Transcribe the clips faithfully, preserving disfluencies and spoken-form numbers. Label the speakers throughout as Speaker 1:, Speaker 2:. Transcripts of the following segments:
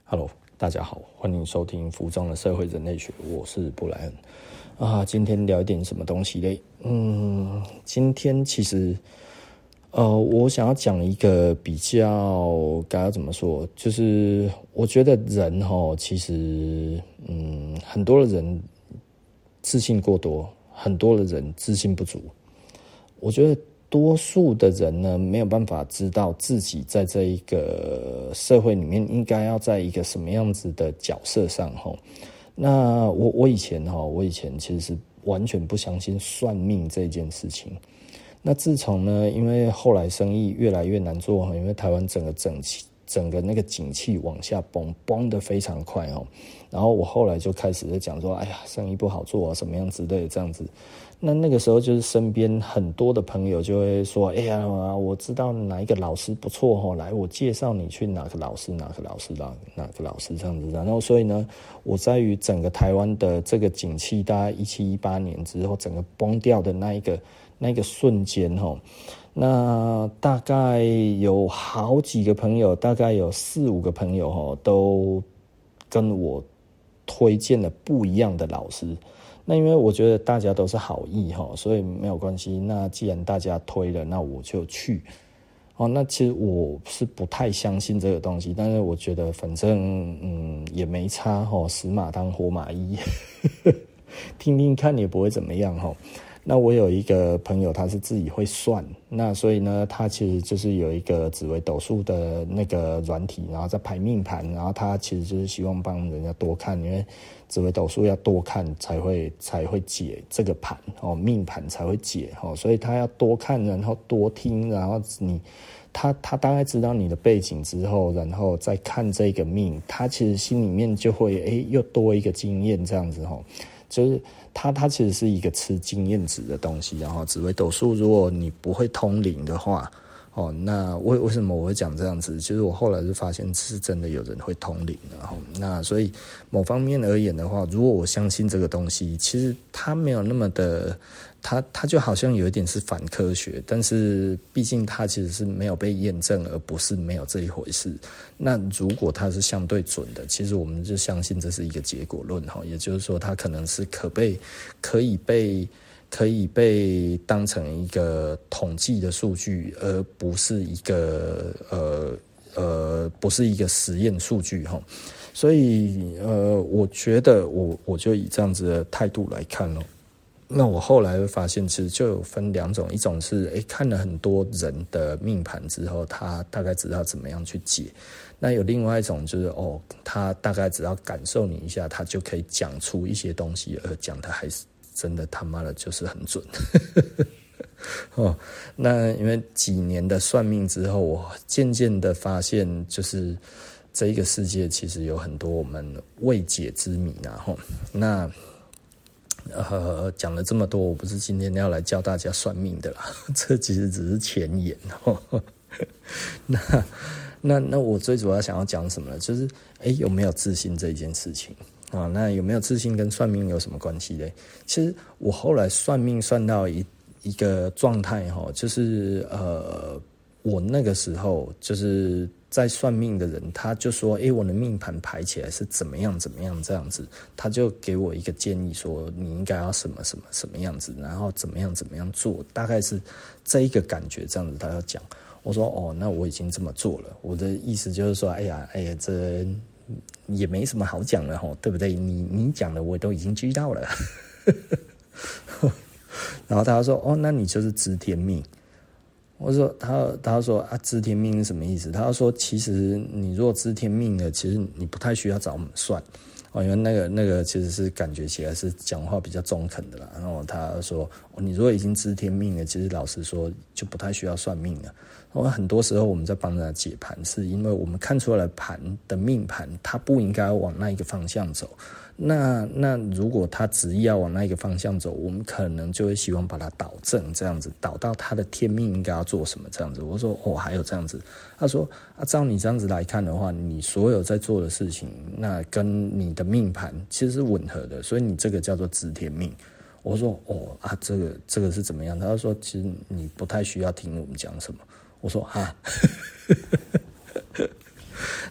Speaker 1: Hello， 大家好，欢迎收听服装的社会人类学，我是布莱恩啊。今天聊一点什么东西嘞？嗯，今天其实呃，我想要讲一个比较该要怎么说，就是我觉得人齁，其实嗯，很多的人自信过多，很多的人自信不足。我觉得多数的人呢，没有办法知道自己在这一个社会里面应该要在一个什么样子的角色上齁。那我我以前齁，我以前其实是完全不相信算命这件事情。那自从呢，因为后来生意越来越难做，因为台湾整个整气整个那个景气往下崩，崩得非常快哦。然后我后来就开始在讲说，哎呀，生意不好做啊，什么样之类的这样子。那那个时候就是身边很多的朋友就会说，哎呀，我知道哪一个老师不错哦，来我介绍你去哪个老师，哪个老师，哪哪个老师这样子。然后所以呢，我在于整个台湾的这个景气，大概一七一八年之后，整个崩掉的那一个那一个瞬间哦。那大概有好几个朋友，大概有四五个朋友哦，都跟我推荐了不一样的老师。那因为我觉得大家都是好意齁，所以没有关系。那既然大家推了，那我就去。哦，那其实我是不太相信这个东西，但是我觉得反正嗯也没差齁，死马当活马医，听听看也不会怎么样齁。那我有一个朋友，他是自己会算，那所以呢，他其实就是有一个紫微斗数的那个软体，然后再排命盘，然后他其实就是希望帮人家多看，因为紫微斗数要多看才会才会解这个盘哦，命盘才会解哦，所以他要多看，然后多听，然后你他他大概知道你的背景之后，然后再看这个命，他其实心里面就会哎又多一个经验这样子哦。就是它，它其实是一个吃经验值的东西。然后紫微斗数，如果你不会通灵的话，哦，那为为什么我会讲这样子？其实我后来就发现是真的有人会通灵的。然后那所以某方面而言的话，如果我相信这个东西，其实它没有那么的。它它就好像有一点是反科学，但是毕竟它其实是没有被验证，而不是没有这一回事。那如果它是相对准的，其实我们就相信这是一个结果论哈，也就是说它可能是可被可以被可以被当成一个统计的数据，而不是一个呃呃不是一个实验数据哈。所以呃，我觉得我我就以这样子的态度来看哦。那我后来会发现，其实就有分两种，一种是诶看了很多人的命盘之后，他大概知道怎么样去解；那有另外一种就是哦，他大概只要感受你一下，他就可以讲出一些东西，而讲的还是真的他妈的就是很准。哦，那因为几年的算命之后，我渐渐的发现，就是这一个世界其实有很多我们未解之谜然后那。呃，讲了这么多，我不是今天要来教大家算命的啦，这其实只是前言哦。那那那我最主要想要讲什么呢？就是哎，有没有自信这一件事情啊？那有没有自信跟算命有什么关系嘞？其实我后来算命算到一一个状态哈，就是呃，我那个时候就是在算命的人，他就说，诶，我的命盘排起来是怎么样怎么样这样子，他就给我一个建议说，你应该要什么什么什么样子，然后怎么样怎么样做，大概是这一个感觉这样子，他要讲。我说哦，那我已经这么做了。我的意思就是说，哎呀，哎呀，这也没什么好讲的吼，对不对？你你讲的我都已经知道了。然后他说，哦，那你就是知天命。我说他他说啊，知天命是什么意思？他说其实你如果知天命了，其实你不太需要找我们算哦，因为那个那个其实是感觉起来是讲话比较中肯的啦。然后他说，哦，你如果已经知天命了，其实老实说就不太需要算命了。然后很多时候我们在帮人家解盘，是因为我们看出来盘的命盘，它不应该往那一个方向走。那那如果他执意要往那一个方向走，我们可能就会希望把它导正，这样子导到他的天命应该要做什么这样子。我说哦，还有这样子。他说啊，照你这样子来看的话，你所有在做的事情，那跟你的命盘其实是吻合的，所以你这个叫做知天命。我说哦啊，这个这个是怎么样？他说其实你不太需要听我们讲什么。我说啊。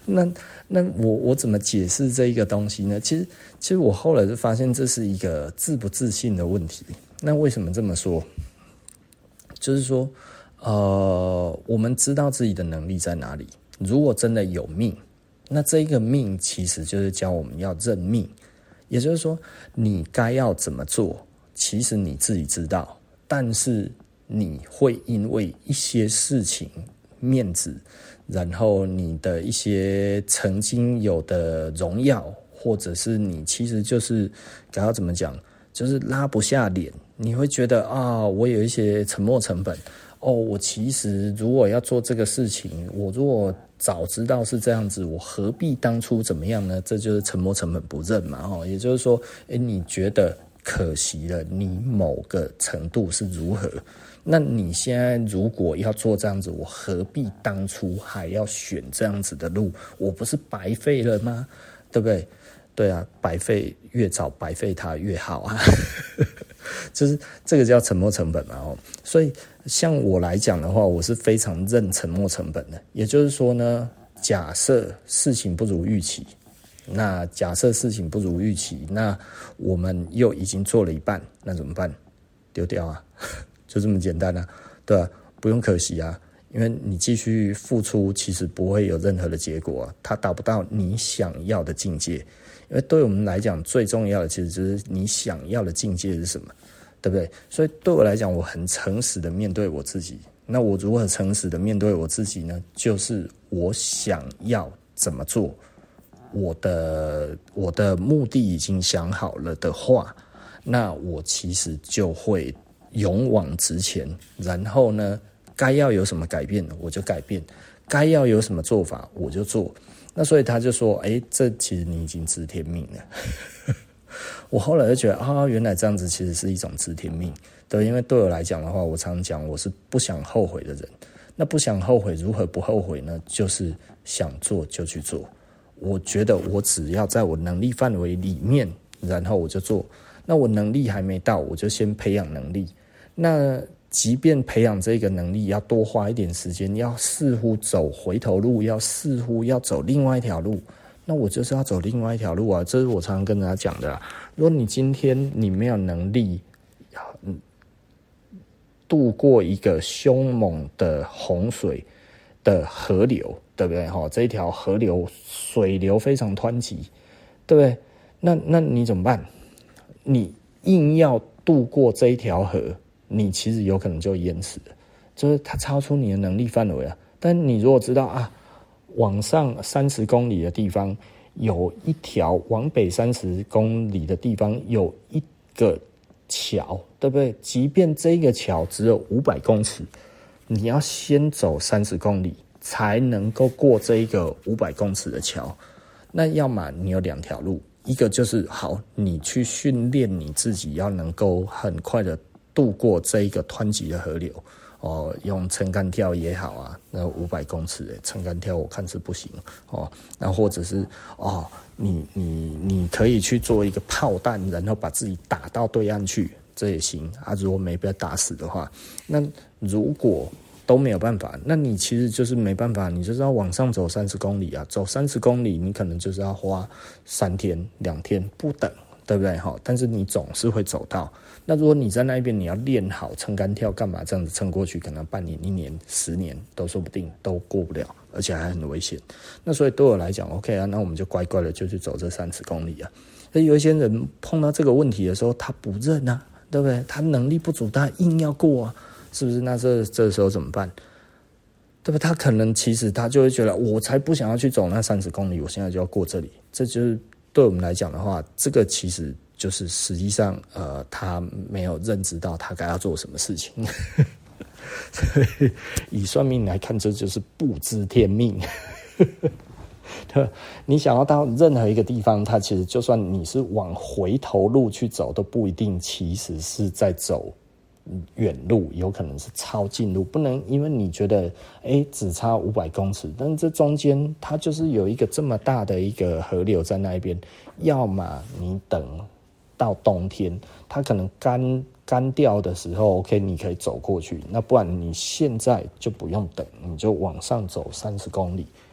Speaker 1: 那那我我怎么解释这一个东西呢？其实其实我后来就发现这是一个自不自信的问题。那为什么这么说？就是说，呃，我们知道自己的能力在哪里。如果真的有命，那这一个命其实就是教我们要认命。也就是说，你该要怎么做，其实你自己知道，但是你会因为一些事情、面子，然后你的一些曾经有的荣耀，或者是你其实就是该要怎么讲，就是拉不下脸，你会觉得啊，我有一些沉没成本。哦，我其实如果要做这个事情，我如果早知道是这样子，我何必当初怎么样呢？这就是沉没成本不认嘛，哦，也就是说，诶，你觉得可惜了，你某个程度是如何？那你现在如果要做这样子，我何必当初还要选这样子的路？我不是白费了吗？对不对？对啊，白费越早白费它越好啊，就是这个叫沉没成本嘛，哦，所以像我来讲的话，我是非常认沉没成本的。也就是说呢，假设事情不如预期，那假设事情不如预期，那我们又已经做了一半，那怎么办？丢掉啊，就这么简单啊，对啊，不用可惜啊。因为你继续付出，其实不会有任何的结果啊，它达不到你想要的境界。因为对我们来讲，最重要的其实就是你想要的境界是什么，对不对？所以对我来讲，我很诚实的面对我自己。那我如何诚实的面对我自己呢？就是我想要怎么做，我的我的目的已经想好了的话，那我其实就会勇往直前。然后呢，该要有什么改变，我就改变；该要有什么做法，我就做。那所以他就说，哎，这其实你已经知天命了。我后来就觉得啊，原来这样子其实是一种知天命。对，因为对我来讲的话，我常常讲我是不想后悔的人。那不想后悔，如何不后悔呢？就是想做就去做。我觉得我只要在我能力范围里面，然后我就做。那我能力还没到，我就先培养能力。那即便培养这个能力要多花一点时间，要似乎走回头路，要似乎要走另外一条路，那我就是要走另外一条路啊！这是我常常跟人家讲的啊。如果你今天你没有能力，嗯，渡过一个凶猛的洪水的河流，对不对？哈，这一条河流水流非常湍急，对不对？那那你怎么办？你硬要渡过这一条河，你其实有可能就淹死了，就是它超出你的能力范围啊。但你如果知道啊，往上三十公里的地方有一条，往北三十公里的地方有一个桥，对不对？即便这个桥只有五百公尺，你要先走三十公里才能够过这一个五百公尺的桥。那要么你有两条路，一个就是好，你去训练你自己，要能够很快的渡过这一个湍急的河流，哦，用撑杆跳也好啊，那五百公尺的撑杆跳我看是不行哦。那或者是哦，你你你可以去做一个炮弹，然后把自己打到对岸去，这也行啊。如果没被打死的话，那如果都没有办法，那你其实就是没办法，你就是要往上走三十公里啊，走三十公里，你可能就是要花三天两天不等，对不对？哈，但是你总是会走到。那如果你在那边，你要练好撑杆跳，干嘛这样子撑过去？可能半年、一年、十年都说不定都过不了，而且还很危险。那所以对我来讲 ，OK 啊，那我们就乖乖的就去走这三十公里啊。那有一些人碰到这个问题的时候，他不认啊，对不对？他能力不足，他硬要过啊，是不是？那这这时候怎么办？对吧？他可能其实他就会觉得，我才不想要去走那三十公里，我现在就要过这里。这就是对我们来讲的话，这个其实就是实际上，呃，他没有认知到他该要做什么事情。所以以算命来看，这就是不知天命。对，你想要到任何一个地方，它其实就算你是往回头路去走，都不一定其实是在走远路，有可能是超近路。不能因为你觉得哎只差五百公尺，但这中间它就是有一个这么大的一个河流在那一边，要么你等到冬天，它可能干干掉的时候 ，OK， 你可以走过去。那不然你现在就不用等，你就往上走三十公里，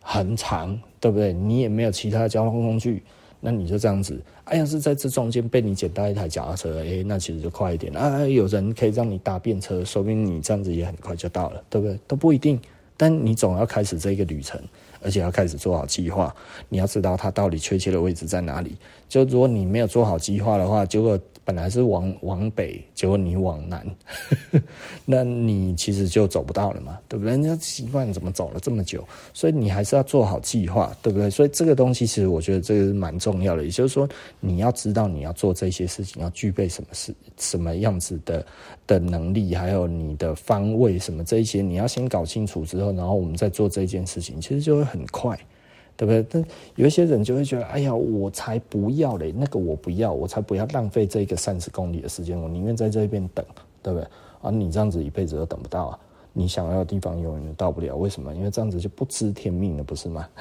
Speaker 1: 很长，对不对？你也没有其他的交通工具，那你就这样子。哎呀，是在这中间被你捡到一台脚踏车，哎，那其实就快一点啊。有人可以让你搭便车，说不定你这样子也很快就到了，对不对？都不一定，但你总要开始这个旅程，而且要开始做好计划。你要知道它到底确切的位置在哪里。就如果你没有做好计划的话，结果本来是往往北，结果你往南，那你其实就走不到了嘛，对不对？那习惯怎么走了这么久？所以你还是要做好计划，对不对？所以这个东西其实我觉得这个是蛮重要的，也就是说你要知道你要做这些事情要具备什么事、什么样子的的能力，还有你的方位什么这一些，你要先搞清楚之后，然后我们再做这件事情，其实就会很快。对不对？但有一些人就会觉得，哎呀，我才不要嘞，那个我不要，我才不要浪费这个三十公里的时间，我宁愿在这边等，对不对？啊，你这样子一辈子都等不到啊，你想要的地方永远都到不了，为什么？因为这样子就不知天命了，不是吗？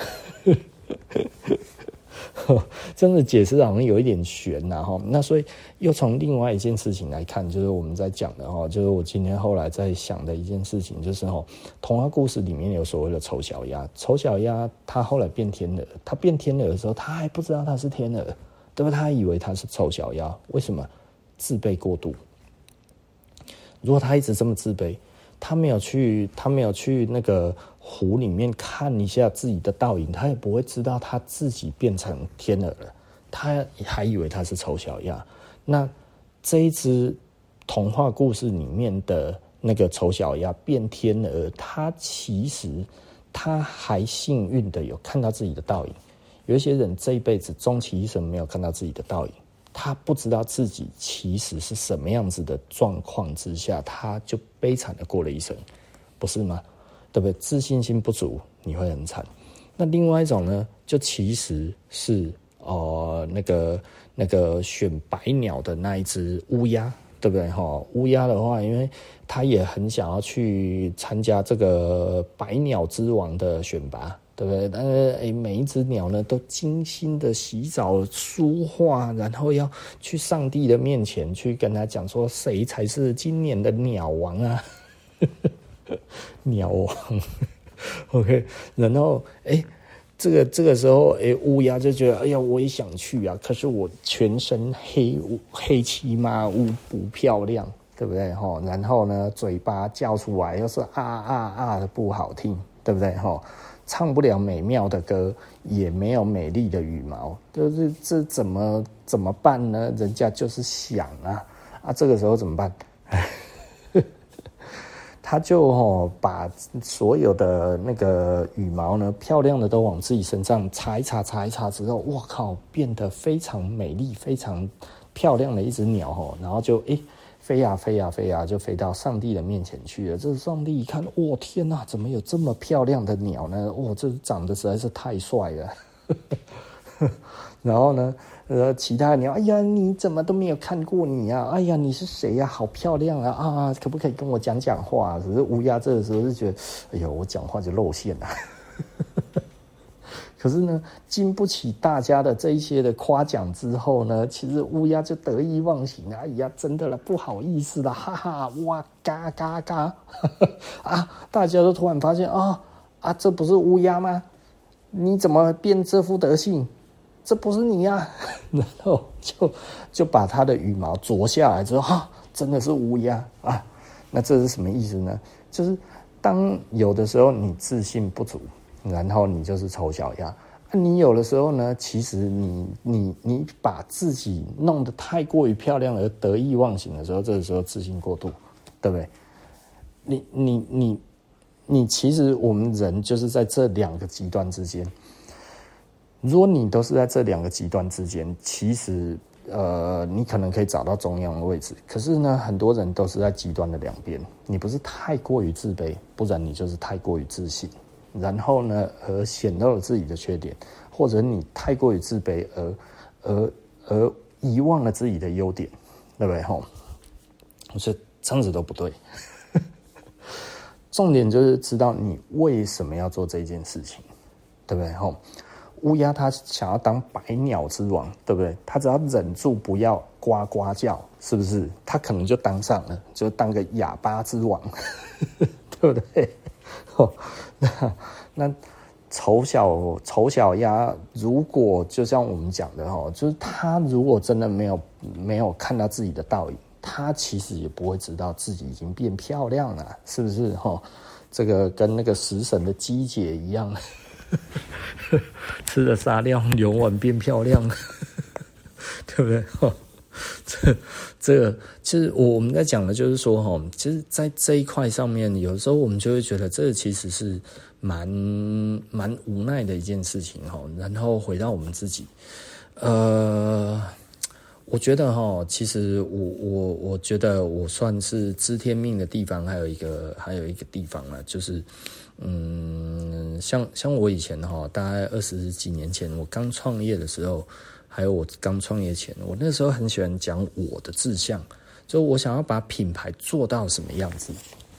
Speaker 1: 真的解释好像有一点悬呐、啊、那所以又从另外一件事情来看，就是我们在讲的哈，就是我今天后来在想的一件事情，就是哈，童话故事里面有所谓的丑小鸭，丑小鸭它后来变天鹅，它变天鹅的时候，它还不知道它是天鹅，对吧？它还以为它是丑小鸭，为什么？自卑过度。如果它一直这么自卑，他没有去，他没有去那个湖里面看一下自己的倒影，他也不会知道他自己变成天鹅了。他还以为他是丑小鸭。那这一只童话故事里面的那个丑小鸭变天鹅，他其实他还幸运的有看到自己的倒影。有一些人这一辈子终其一生没有看到自己的倒影。他不知道自己其实是什么样子的状况之下，他就悲惨的过了一生，不是吗？对不对？自信心不足，你会很惨。那另外一种呢，就其实是呃那个那个选白鸟的那一只乌鸦，对不对？哈，乌鸦的话，因为他也很想要去参加这个百鸟之王的选拔。对不对？但是诶，每一只鸟呢，都精心的洗澡、梳化，然后要去上帝的面前去跟他讲说，谁才是今年的鸟王啊？鸟王 ，OK。然后诶，这个这个时候，诶，乌鸦就觉得，哎呀，我也想去啊，可是我全身黑黑漆麻乌，不漂亮，对不对？哈，然后呢，嘴巴叫出来又是啊啊啊的不好听，对不对？哈。唱不了美妙的歌，也没有美丽的羽毛，就是这怎么怎么办呢？人家就是想啊啊，这个时候怎么办？他就哦把所有的那个羽毛呢，漂亮的都往自己身上擦一擦，擦一擦之后，哇靠，变得非常美丽、非常漂亮的一只鸟哦，然后就诶。飞呀飞呀飞呀，就飞到上帝的面前去了。这上帝一看，哇天哪，怎么有这么漂亮的鸟呢？哇，这长得实在是太帅了。然后呢，呃，其他的鸟，哎呀，你怎么都没有看过你啊？哎呀，你是谁呀、啊？好漂亮啊！啊，可不可以跟我讲讲话？只是乌鸦这个时候就觉得，哎呦，我讲话就露馅了。可是呢，经不起大家的这一些的夸奖之后呢，其实乌鸦就得意忘形了。哎呀，真的了，不好意思了，哈哈，哇，嘎嘎嘎，啊！大家都突然发现啊啊，这不是乌鸦吗？你怎么变这副德性？这不是你呀、啊！然后就就把他的羽毛啄下来之后，哈、啊，真的是乌鸦啊！那这是什么意思呢？就是当有的时候你自信不足。然后你就是丑小鸭、啊、你有的时候呢，其实你你你把自己弄得太过于漂亮而得意忘形的时候，这个时候自信过度，对不对？你你你你其实我们人就是在这两个极端之间。如果你都是在这两个极端之间，其实呃，你可能可以找到中央的位置。可是呢，很多人都是在极端的两边。你不是太过于自卑，不然你就是太过于自信。然后呢，而显露了自己的缺点，或者你太过于自卑而，而而遗忘了自己的优点，对不对？吼，我觉得这样子都不对。重点就是知道你为什么要做这件事情，对不对？吼，乌鸦它想要当百鸟之王，对不对？它只要忍住不要呱呱叫，是不是？它可能就当上了，就当个哑巴之王，对不对？哦，那那丑小丑小鸭，如果就像我们讲的哈，就是他如果真的没有没有看到自己的倒影，他其实也不会知道自己已经变漂亮了，是不是哈？这个跟那个食神的鸡姐一样，吃了沙料牛丸变漂亮，对不对？哈，这这个其实我我们在讲的就是说哈，其实，在这一块上面，有时候我们就会觉得这其实是蛮蛮无奈的一件事情哈。然后回到我们自己，呃。我觉得哈，其实我我我觉得我算是知天命的地方，还有一个还有一个地方啊，就是嗯，像像我以前哈，大概二十几年前，我刚创业的时候，还有我刚创业前，我那时候很喜欢讲我的志向，就我想要把品牌做到什么样子。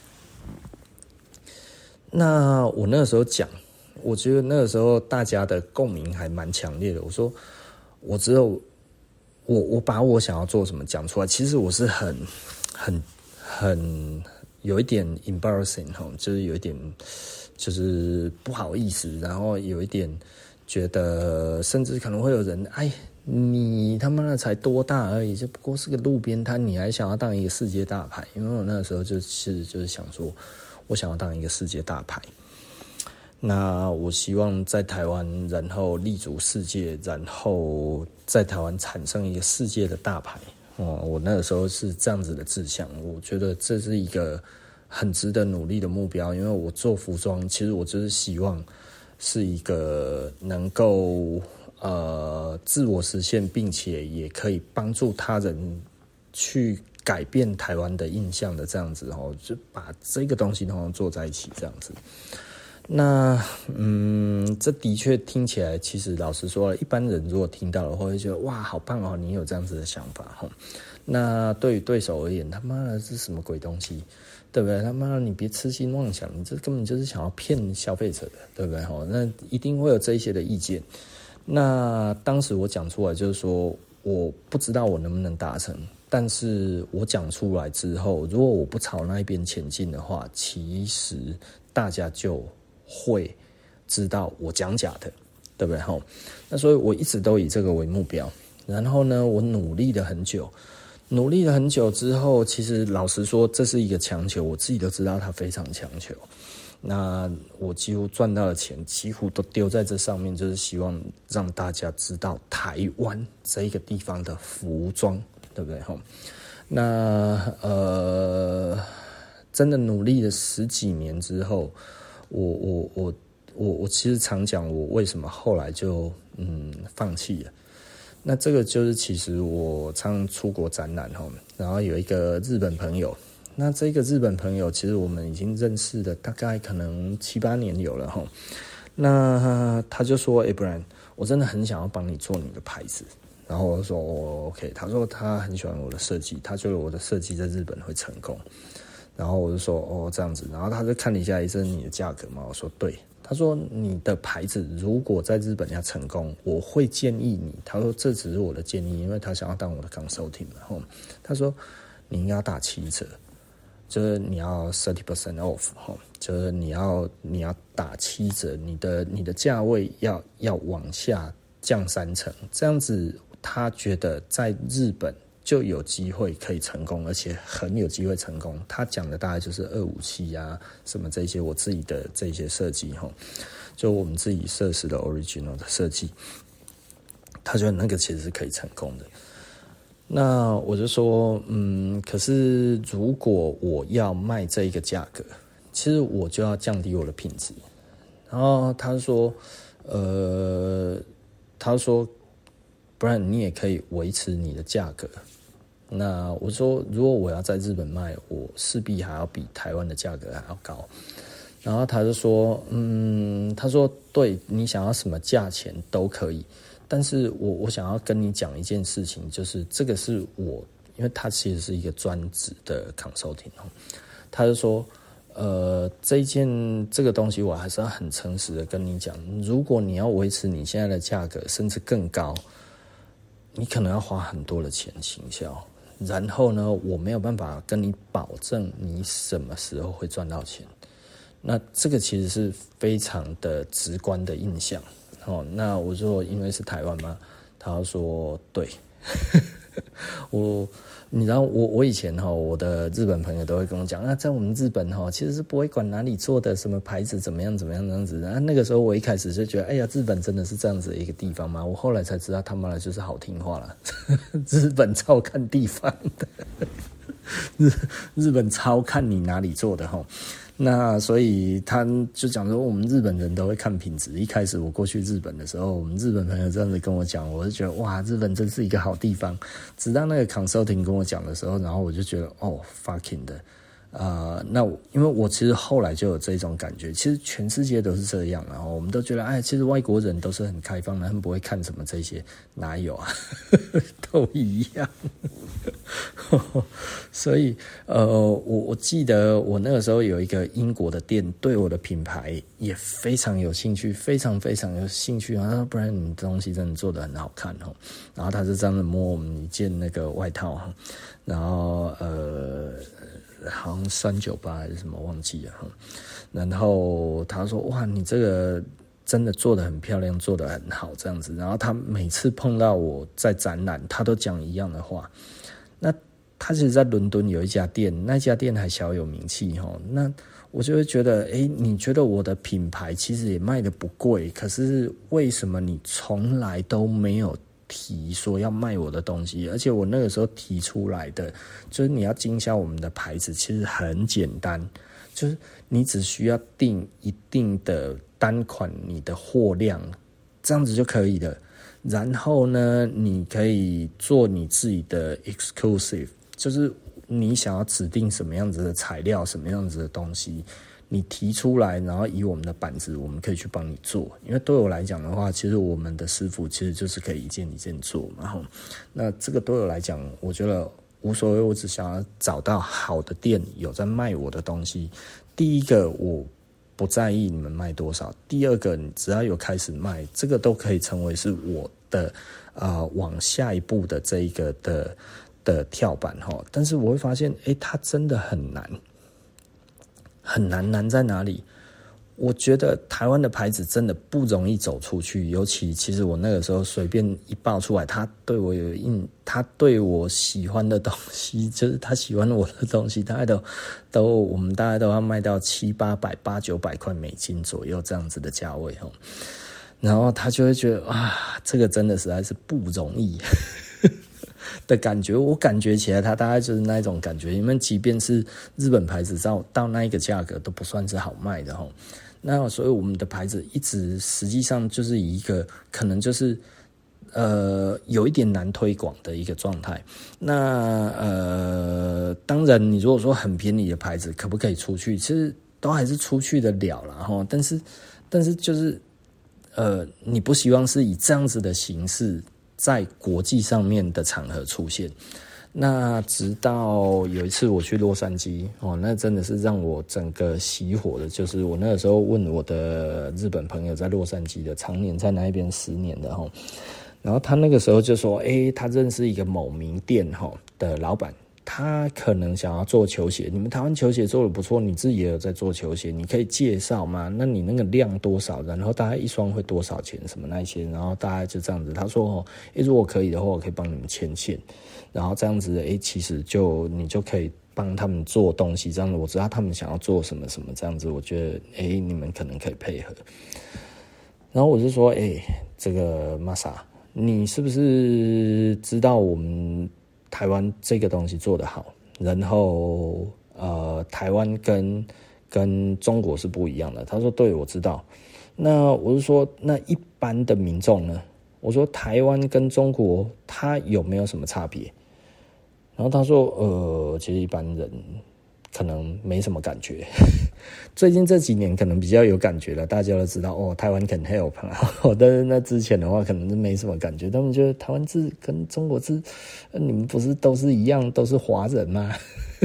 Speaker 1: 那我那个时候讲，我觉得那个时候大家的共鸣还蛮强烈的。我说，我只有。我我把我想要做什么讲出来，其实我是很很很有一点 embarrassing 哈，就是有一点就是不好意思，然后有一点觉得，甚至可能会有人，哎，你他妈的才多大而已，就不过是个路边摊，你还想要当一个世界大牌？因为我那个时候就是就是想说，我想要当一个世界大牌。那我希望在台湾，然后立足世界，然后在台湾产生一个世界的大牌。哦，我那个时候是这样子的志向，我觉得这是一个很值得努力的目标。因为我做服装，其实我就是希望是一个能够呃自我实现，并且也可以帮助他人去改变台湾的印象的这样子哦，就把这个东西通通做在一起这样子。那嗯，这的确听起来，其实老实说，一般人如果听到的话，会觉得哇，好棒哦，你有这样子的想法哈。那对于对手而言，他妈的是什么鬼东西，对不对？他妈的你别痴心妄想，你这根本就是想要骗消费者的，对不对？哈，那一定会有这一些的意见。那当时我讲出来就是说，我不知道我能不能达成，但是我讲出来之后，如果我不朝那一边前进的话，其实大家就会知道我讲假的，对不对？齁，那所以我一直都以这个为目标。然后呢，我努力了很久，努力了很久之后，其实老实说，这是一个强求，我自己都知道它非常强求。那我几乎赚到的钱，几乎都丢在这上面，就是希望让大家知道台湾这一个地方的服装，对不对？齁，那呃，真的努力了十几年之后。我我我我我其实常讲，我为什么后来就嗯放弃了。那这个就是其实我常出国展览哈，然后有一个日本朋友，那这个日本朋友其实我们已经认识了大概可能七八年有了哈。那他就说：“哎、欸，不然我真的很想要帮你做你的牌子。”然后我说：“哦 ，OK。”他说他很喜欢我的设计，他觉得我的设计在日本会成功。然后我就说哦这样子，然后他就看了一下，一是你的价格嘛？我说对。他说你的牌子如果在日本要成功，我会建议你。他说这只是我的建议，因为他想要当我的 consulting 嘛。吼，他说你应该要打七折，就是你要 thirty percent off， 吼，就是你要你要打七折，你的你的价位要要往下降三成，这样子他觉得在日本。就有机会可以成功，而且很有机会成功。他讲的大概就是二五七啊，什么这些我自己的这些设计哈，就我们自己设施的 original 的设计，他觉得那个其实是可以成功的。那我就说，嗯，可是如果我要卖这一个价格，其实我就要降低我的品质。然后他说，呃，他说，不然你也可以维持你的价格。那我说，如果我要在日本卖，我势必还要比台湾的价格还要高。然后他就说，嗯，他说，对，你想要什么价钱都可以，但是我我想要跟你讲一件事情，就是这个是我，因为他其实是一个专职的 consulting， 他就说，呃，这一件这个东西我还是要很诚实的跟你讲，如果你要维持你现在的价格，甚至更高，你可能要花很多的钱行销。然后呢，我没有办法跟你保证你什么时候会赚到钱。 那这个其实是非常的直观的印象。哦，那我说因为是台湾吗？他说对。我你知道我我以前哈，我的日本朋友都会跟我讲啊，在我们日本哈，其实是不会管哪里做的什么牌子怎么样怎么样这样子啊。那个时候我一开始就觉得，哎呀，日本真的是这样子的一个地方吗？我后来才知道，他妈的就是好听话啦，日本超看地方的，日日本超看你哪里做的哈。那所以他就讲说，我们日本人都会看品质。一开始我过去日本的时候，我们日本朋友这样子跟我讲，我就觉得哇，日本真是一个好地方。直到那个 consulting 跟我讲的时候，然后我就觉得哦 fucking 的。呃，那我因为我其实后来就有这种感觉，其实全世界都是这样，然后我们都觉得，哎，其实外国人都是很开放的，他们不会看什么这些，哪有啊，都一样。所以，呃，我我记得我那个时候有一个英国的店，对我的品牌也非常有兴趣，非常非常有兴趣啊，他说不然你东西真的做得很好看哦，然后他是这样子摸我们一件那个外套哈，然后呃。好像三九八还是什么忘记了，然后他说哇你这个真的做得很漂亮，做得很好这样子，然后他每次碰到我在展览他都讲一样的话。那他其实在伦敦有一家店，那家店还小有名气，那我就会觉得诶你觉得我的品牌其实也卖得不贵，可是为什么你从来都没有提说要卖我的东西？而且我那个时候提出来的就是你要经销我们的牌子其实很简单，就是你只需要定一定的单款你的货量，这样子就可以了。然后呢你可以做你自己的 exclusive， 就是你想要指定什么样子的材料什么样子的东西你提出来，然后以我们的板子我们可以去帮你做。因为对我来讲的话，其实我们的师傅其实就是可以一件一件做，然后那这个对我来讲我觉得无所谓，我只想要找到好的店有在卖我的东西。第一个我不在意你们卖多少，第二个你只要有开始卖，这个都可以成为是我的呃往下一步的这一个的的跳板齁。但是我会发现诶它真的很难很难，难在哪里？我觉得台湾的牌子真的不容易走出去，尤其其实我那个时候随便一爆出来，他对我有印，他对我喜欢的东西，就是他喜欢我的东西，大概都都我们大概都要卖到七八百、八九百块美金左右这样子的价位齁。然后他就会觉得啊，这个真的实在是不容易。的感觉，我感觉起来它大概就是那一种感觉，因为即便是日本牌子到到那一个价格都不算是好卖的齁。那所以我们的牌子一直实际上就是以一个可能就是呃有一点难推广的一个状态。那呃当然你如果说很便宜的牌子可不可以出去，其实都还是出去的了啦齁。但是但是就是呃你不希望是以这样子的形式在国际上面的场合出现。那直到有一次我去洛杉矶哦，那真的是让我整个熄火的，就是我那个时候问我的日本朋友在洛杉矶的，常年在那边十年的齁，然后他那个时候就说诶他认识一个某名店齁的老板，他可能想要做球鞋，你们台湾球鞋做得不错，你自己也有在做球鞋，你可以介绍吗？那你那个量多少，然后大概一双会多少钱什么那一些，然后大概就这样子。他说哦，诶如果可以的话我可以帮你们牵线，然后这样子诶其实就你就可以帮他们做东西，这样子我知道他们想要做什么什么，这样子我觉得诶你们可能可以配合。然后我就说诶这个 Masa 你是不是知道我们台湾这个东西做得好，然后呃，台湾跟跟中国是不一样的。他说对，我知道。那我就说那一般的民众呢？我说台湾跟中国它有没有什么差别？然后他说呃，其实一般人可能没什么感觉。最近这几年可能比较有感觉了，大家都知道哦，台湾 can help， 但是那之前的话可能是没什么感觉。他们觉得台湾字跟中国字，你们不是都是一样，都是华人吗？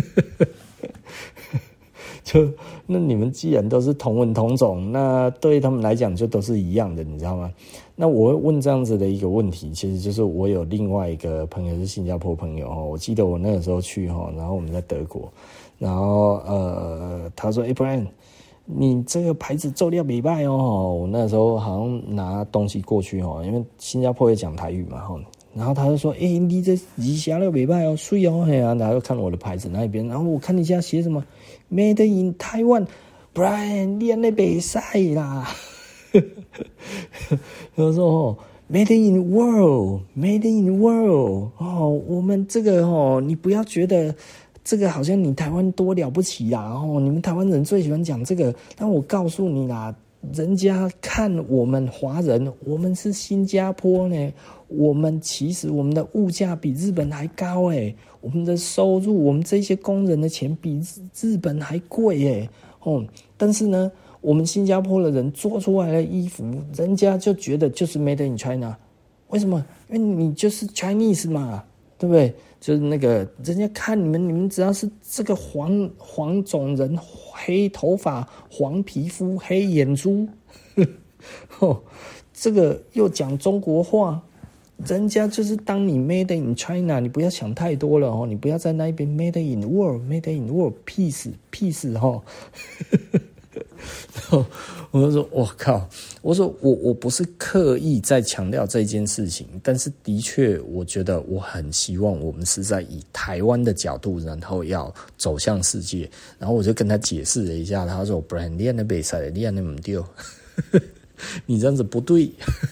Speaker 1: 就那你们既然都是同文同种，那对他们来讲就都是一样的，你知道吗？那我会问这样子的一个问题，其实就是我有另外一个朋友是新加坡朋友，我记得我那个时候去，然后我们在德国，然后呃他说诶 Brian 你这个牌子做料没败哦。我那时候好像拿东西过去哦，因为新加坡也讲台语嘛哈。然后他就说：“哎、欸，你这鱼虾料没败哦，水哦，嘿啊。”然后又看我的牌子那一边，然后我看你家写什么 ，Made in Taiwan，Brian 你那没赛啦。他说：“哦 ，Made in World，Made in World 哦，我们这个哦，你不要觉得。”这个好像你台湾多了不起啦，哦，你们台湾人最喜欢讲这个，但我告诉你啦，人家看我们华人，我们是新加坡呢，我们其实我们的物价比日本还高诶，我们的收入，我们这些工人的钱比日本还贵诶，哦，但是呢，我们新加坡的人做出来的衣服，人家就觉得就是 Made in China， 为什么？因为你就是 Chinese 嘛，对不对？就是那个人家看你们，你们只要是这个黄黄种人，黑头发、黄皮肤、黑眼珠，哦，这个又讲中国话，人家就是当你 Made in China， 你不要想太多了哦，你不要在那边 Made in World，Made in World peace peace 哈。我就说，我靠！我说我我不是刻意在强调这件事情，但是的确，我觉得我很希望我们是在以台湾的角度，然后要走向世界。然后我就跟他解释了一下，他说：“不然练的比赛，练的不对，你这样子不对。”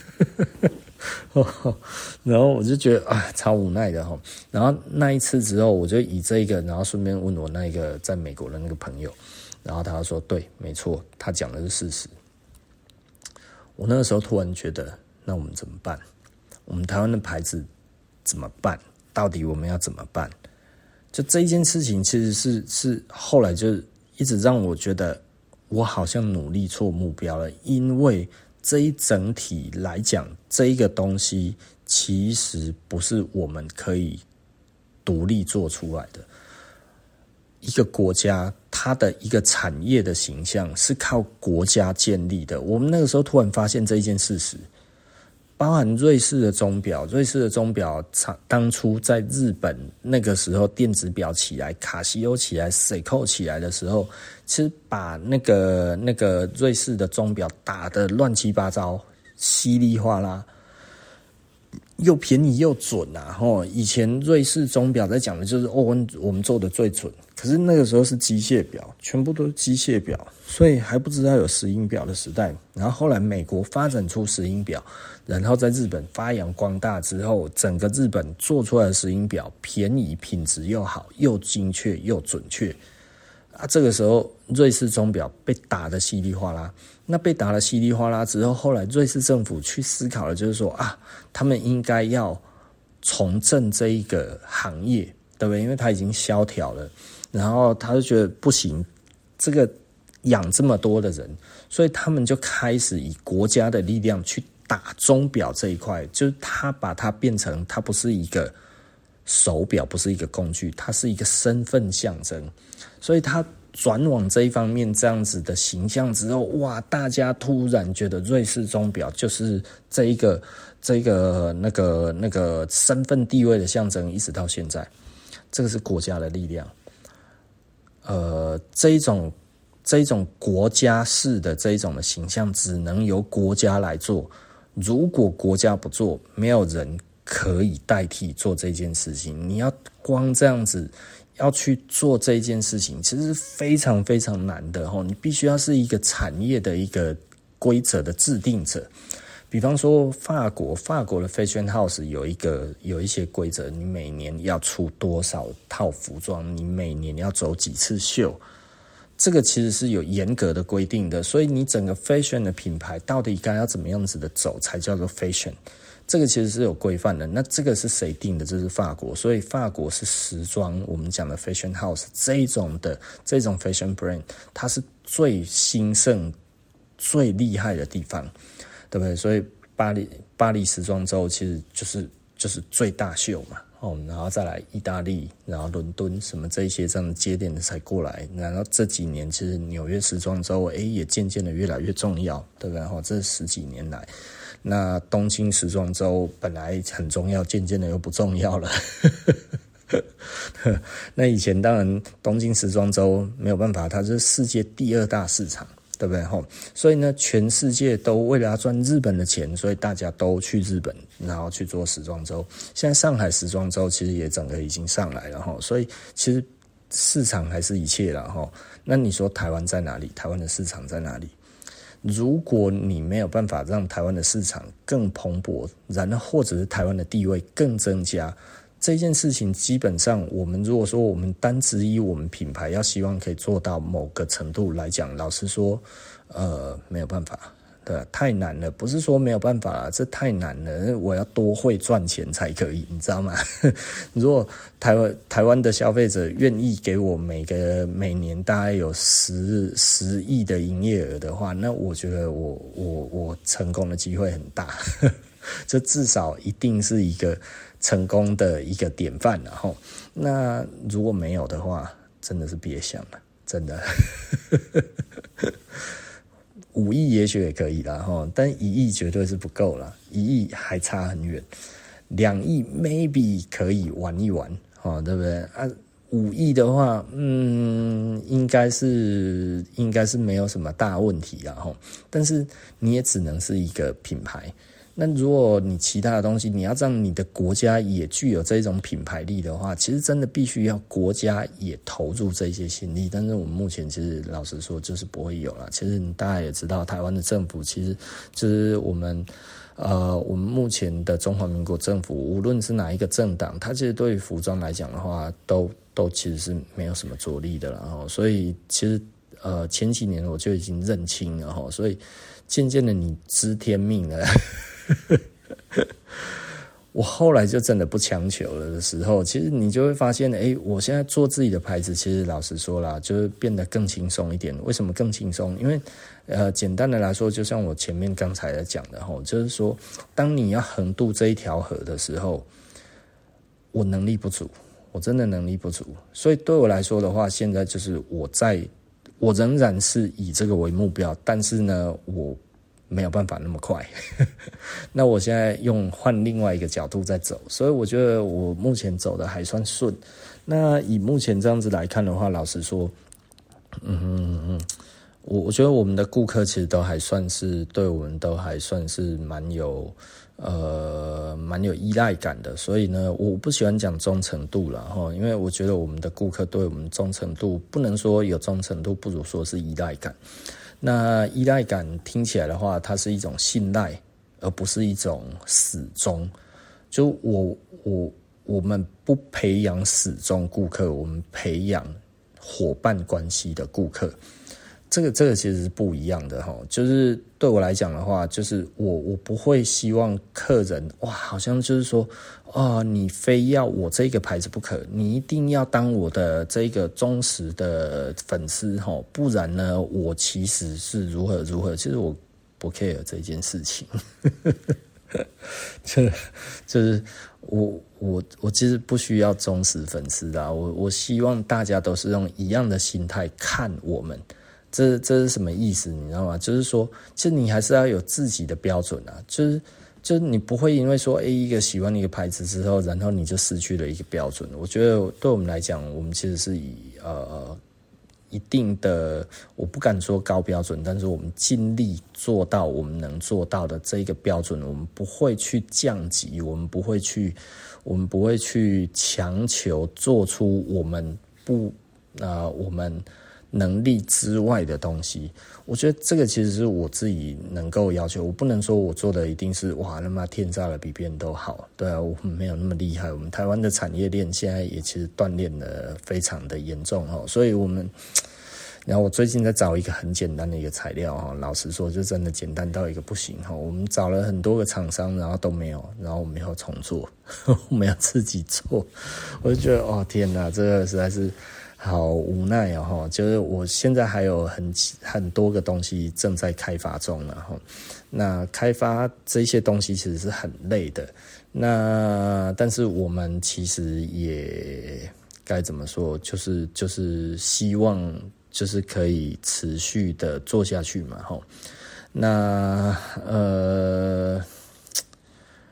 Speaker 1: 然后我就觉得啊，超无奈的哈。然后那一次之后，我就以这个，然后顺便问我那个在美国的那个朋友。然后他说：“对，没错，他讲的是事实。”我那个时候突然觉得，那我们怎么办？我们台湾的牌子怎么办？到底我们要怎么办？就这一件事情，其实是是后来就一直让我觉得，我好像努力错目标了。因为这一整体来讲，这一个东西其实不是我们可以独立做出来的。一个国家它的一个产业的形象是靠国家建立的。我们那个时候突然发现这一件事实，包含瑞士的钟表，瑞士的钟表当初在日本那个时候电子表起来，卡西欧起来，塞扣起来的时候，其实把那个那个瑞士的钟表打得乱七八糟，稀里哗啦。又便宜又准啊！吼，以前瑞士钟表在讲的就是哦，我们做的最准。可是那个时候是机械表，全部都是机械表，所以还不知道有石英表的时代。然后后来美国发展出石英表，然后在日本发扬光大之后，整个日本做出来的石英表便宜、品质又好、又精确又准确。啊，这个时候瑞士钟表被打得稀里哗啦。那被打了稀里哗啦之后，后来瑞士政府去思考了，就是说啊，他们应该要重振这一个行业，对不对？因为它已经萧条了，然后他就觉得不行，这个养这么多的人，所以他们就开始以国家的力量去打钟表这一块，就是他把它变成，它不是一个手表，不是一个工具，它是一个身份象征，所以它转往这一方面这样子的形象之后，哇，大家突然觉得瑞士钟表就是这一个这一个那个那个身份地位的象征，一直到现在，这个是国家的力量。呃，这一种这一种国家式的这一种的形象，只能由国家来做。如果国家不做，没有人可以代替做这件事情。你要光这样子。要去做这件事情，其实是非常非常难的齁。你必须要是一个产业的一个规则的制定者。比方说法国，法国的 Fashion House 有一个有一些规则，你每年要出多少套服装，你每年要走几次秀，这个其实是有严格的规定的。所以你整个 Fashion 的品牌到底该要怎么样子的走才叫做 Fashion？这个其实是有规范的，那这个是谁定的？这是法国，所以法国是时装，我们讲的 fashion house 这一种的这种 fashion brand， 它是最兴盛、最厉害的地方，对不对？所以巴黎巴黎时装周其实就是就是最大秀嘛，哦，然后再来意大利，然后伦敦什么这一些这样的节点的才过来，然后这几年其实纽约时装周，哎，也渐渐的越来越重要，对不对？哦，这十几年来。那东京时装周本来很重要，渐渐的又不重要了。那以前当然东京时装周没有办法，它是世界第二大市场， 对不对？所以呢，全世界都为了要赚日本的钱，所以大家都去日本，然后去做时装周。现在上海时装周其实也整个已经上来了，所以其实市场还是一切啦。那你说台湾在哪里？台湾的市场在哪里？如果你没有办法让台湾的市场更蓬勃，然后或者是台湾的地位更增加，这件事情基本上，我们如果说我们单只以我们品牌要希望可以做到某个程度来讲，老实说，呃，没有办法，对，太难了。不是说没有办法啦，这太难了，我要多会赚钱才可以，你知道吗？如果台湾台湾的消费者愿意给我每个每年大概有十十亿的营业额的话，那我觉得我我我成功的机会很大。这至少一定是一个成功的一个典范了齁。那如果没有的话，真的是别想了，真的。五亿也许也可以啦齁，但一亿绝对是不够啦，一亿还差很远。两亿 maybe 可以玩一玩齁，对不对啊？五亿的话，嗯，应该是应该是没有什么大问题啦齁。但是你也只能是一个品牌。那如果你其他的东西，你要让你的国家也具有这种品牌力的话，其实真的必须要国家也投入这些心力。但是我们目前其实老实说就是不会有啦。其实大家也知道，台湾的政府其实就是我们呃，我们目前的中华民国政府，无论是哪一个政党，它其实对于服装来讲的话，都都其实是没有什么着力的啦。所以其实呃前几年我就已经认清了齁，所以渐渐的你知天命了。我后来就真的不强求了的时候，其实你就会发现，哎，我现在做自己的牌子，其实老实说啦，就是变得更轻松一点。为什么更轻松？因为呃，简单的来说，就像我前面刚才在讲的齁，就是说，当你要横渡这一条河的时候，我能力不足，我真的能力不足，所以对我来说的话，现在就是我在，我仍然是以这个为目标，但是呢，我没有办法那么快。那我现在用换另外一个角度在走，所以我觉得我目前走的还算顺。那以目前这样子来看的话，老实说，嗯嗯嗯，我我觉得我们的顾客其实都还算是对我们都还算是蛮有呃蛮有依赖感的，所以呢，我不喜欢讲忠诚度啦齁，因为我觉得我们的顾客对我们忠诚度不能说有忠诚度，不如说是依赖感。那依赖感听起来的话，它是一种信赖，而不是一种死忠。就我我我们不培养死忠顾客，我们培养伙伴关系的顾客。这个这个其实是不一样的齁，就是对我来讲的话，就是我我不会希望客人哇，好像就是说啊、哦，你非要我这个牌子不可，你一定要当我的这个忠实的粉丝齁，不然呢，我其实是如何如何，其实我不 care 这件事情。就就是我我我其实不需要忠实粉丝的，我我希望大家都是用一样的心态看我们。这这是什么意思？你知道吗？就是说，其实你还是要有自己的标准啊。就是就是你不会因为说，哎，一个喜欢的一个牌子之后，然后你就失去了一个标准。我觉得对我们来讲，我们其实是以呃一定的，我不敢说高标准，但是我们尽力做到我们能做到的这个标准，我们不会去降级，我们不会去，我们不会去强求做出我们不啊、呃、我们。能力之外的东西，我觉得这个其实是我自己能够要求。我不能说我做的一定是哇他妈天炸了比别人都好，对啊，我们没有那么厉害。我们台湾的产业链现在也其实锻炼的非常的严重哦，所以我们。然后我最近在找一个很简单的一个材料哈，老实说就真的简单到一个不行哈。我们找了很多个厂商，然后都没有，然后我们要重做，我们要自己做，我就觉得哦天哪，这个实在是。好无奈哦，就是我现在还有很很多个东西正在开发中了哈。那开发这些东西其实是很累的，那但是我们其实也该怎么说，就是就是希望就是可以持续的做下去嘛哈。那呃。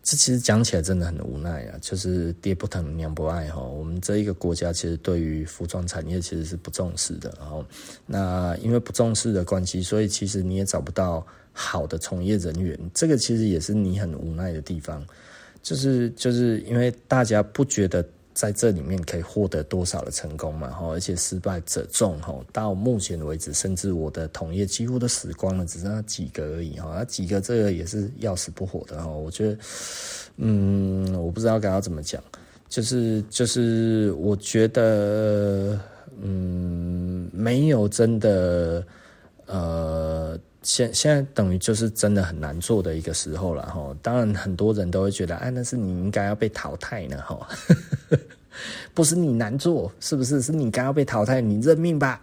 Speaker 1: 这其实讲起来真的很无奈啊，就是爹不疼娘不爱哈。我们这一个国家其实对于服装产业其实是不重视的，然后那因为不重视的关系，所以其实你也找不到好的从业人员，这个其实也是你很无奈的地方，就是就是因为大家不觉得在这里面可以获得多少的成功嘛，而且失败者众，到目前为止，甚至我的同业几乎都死光了，只剩下几个而已，那几个这个也是要死不活的，我觉得，嗯，我不知道该要怎么讲，就是就是我觉得，嗯，没有真的，呃。现现在等于就是真的很难做的一个时候了哈，当然很多人都会觉得，哎，那是你应该要被淘汰呢哈，不是你难做，是不是？是你该要被淘汰，你认命吧。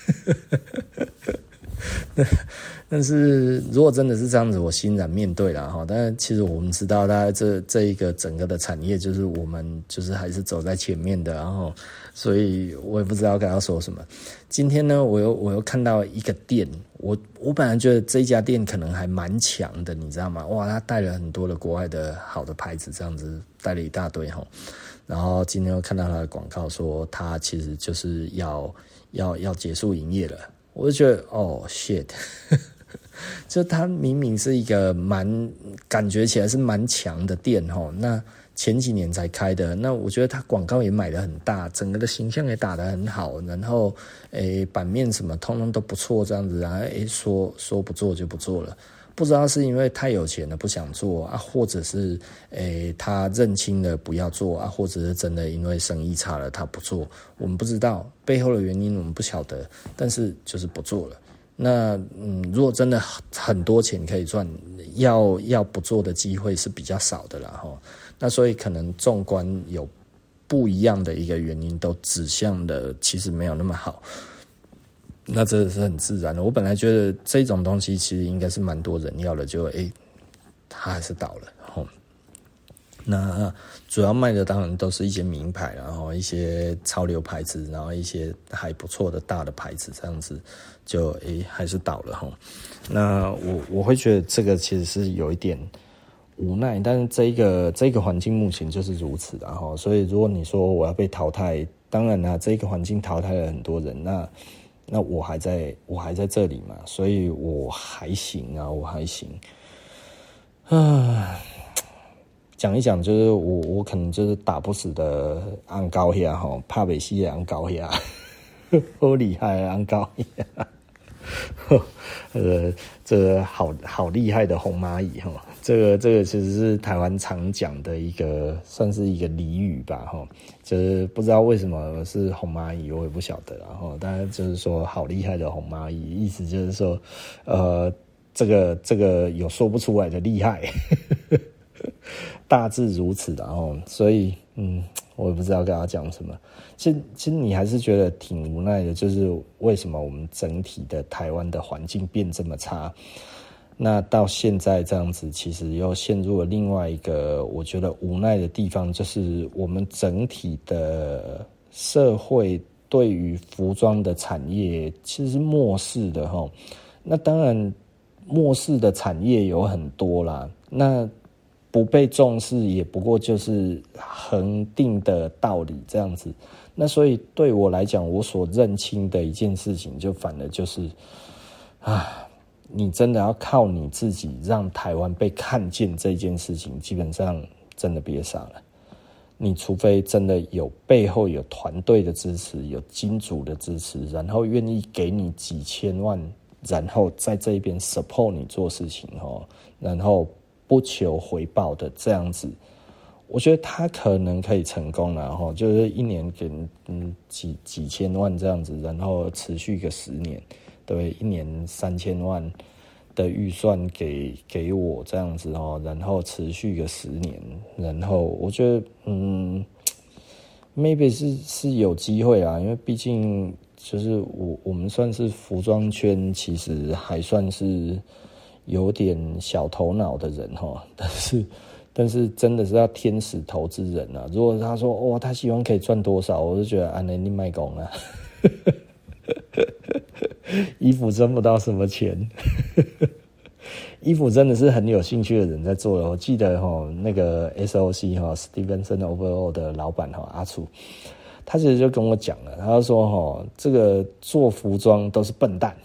Speaker 1: 但是如果真的是这样子，我欣然面对了哈。但是其实我们知道，大概这这一个整个的产业，就是我们就是还是走在前面的，然后，所以我也不知道该要说什么。今天呢，我又我又看到一个店，我我本来觉得这一家店可能还蛮强的，你知道吗？哇，他带了很多的国外的好的牌子，这样子带了一大堆哈。然后今天又看到他的广告说，他其实就是要要要结束营业了。我就觉得哦 shit， 就它明明是一个蛮感觉起来是蛮强的店齁，那前几年才开的，那我觉得它广告也买得很大，整个的形象也打得很好，然后诶版面什么通通都不错这样子，然后诶说说不做就不做了。不知道是因为太有钱了不想做啊，或者是诶他认清了不要做啊，或者是真的因为生意差了他不做，我们不知道背后的原因，我们不晓得，但是就是不做了。那嗯，如果真的很多钱可以赚，要要不做的机会是比较少的啦齁。那所以可能纵观有不一样的一个原因，都指向的其实没有那么好。那这是很自然的。我本来觉得这种东西其实应该是蛮多人要的，就诶，它还是倒了。齁，那主要卖的当然都是一些名牌，然后一些潮流牌子，然后一些还不错的大的牌子，这样子就诶还是倒了齁。那我我会觉得这个其实是有一点无奈，但是这个这个环境目前就是如此的齁。所以如果你说我要被淘汰，当然啦，这个环境淘汰了很多人，那。那我还在我还在这里嘛，所以我还行啊，我还行。啊，讲一讲就是我我可能就是打不死的昂高遐吼，怕北西的昂高遐，好厉害的昂高遐。呃，这个好好厉害的红蚂蚁哈，这个这个其实是台湾常讲的一个，算是一个俚语吧哈，就是不知道为什么是红蚂蚁，我也不晓得，然后大家就是说好厉害的红蚂蚁，意思就是说，呃，这个这个有说不出来的厉害，大致如此的哦，所以嗯。我也不知道跟他讲什么，其实其实你还是觉得挺无奈的，就是为什么我们整体的台湾的环境变这么差，那到现在这样子，其实又陷入了另外一个我觉得无奈的地方，就是我们整体的社会对于服装的产业其实是漠视的齁。那当然漠视的产业有很多啦，那不被重视也不过就是恒定的道理这样子。那所以对我来讲，我所认清的一件事情，就反而就是啊，你真的要靠你自己让台湾被看见这件事情，基本上真的别傻了。你除非真的有背后有团队的支持，有金主的支持，然后愿意给你几千万，然后在这边 support 你做事情齁，然后不求回报的这样子，我觉得他可能可以成功了哈，就是一年给嗯几几千万这样子，然后持续个十年，对，一年三千万的预算给给我这样子哦，然后持续个十年，然后我觉得嗯 ，maybe 是是有机会啊，因为毕竟就是我我们算是服装圈，其实还算是有点小头脑的人齁，但是但是真的是要天使投资人啊！如果他说哦，他希望可以赚多少，我就觉得啊，那你卖公啊，衣服挣不到什么钱， 衣服真的是很有兴趣的人在做的。我记得哈，那个 S O C 哈 Stevenson Overall 的老板哈阿楚，他其实就跟我讲了，他就说哈，这个做服装都是笨蛋，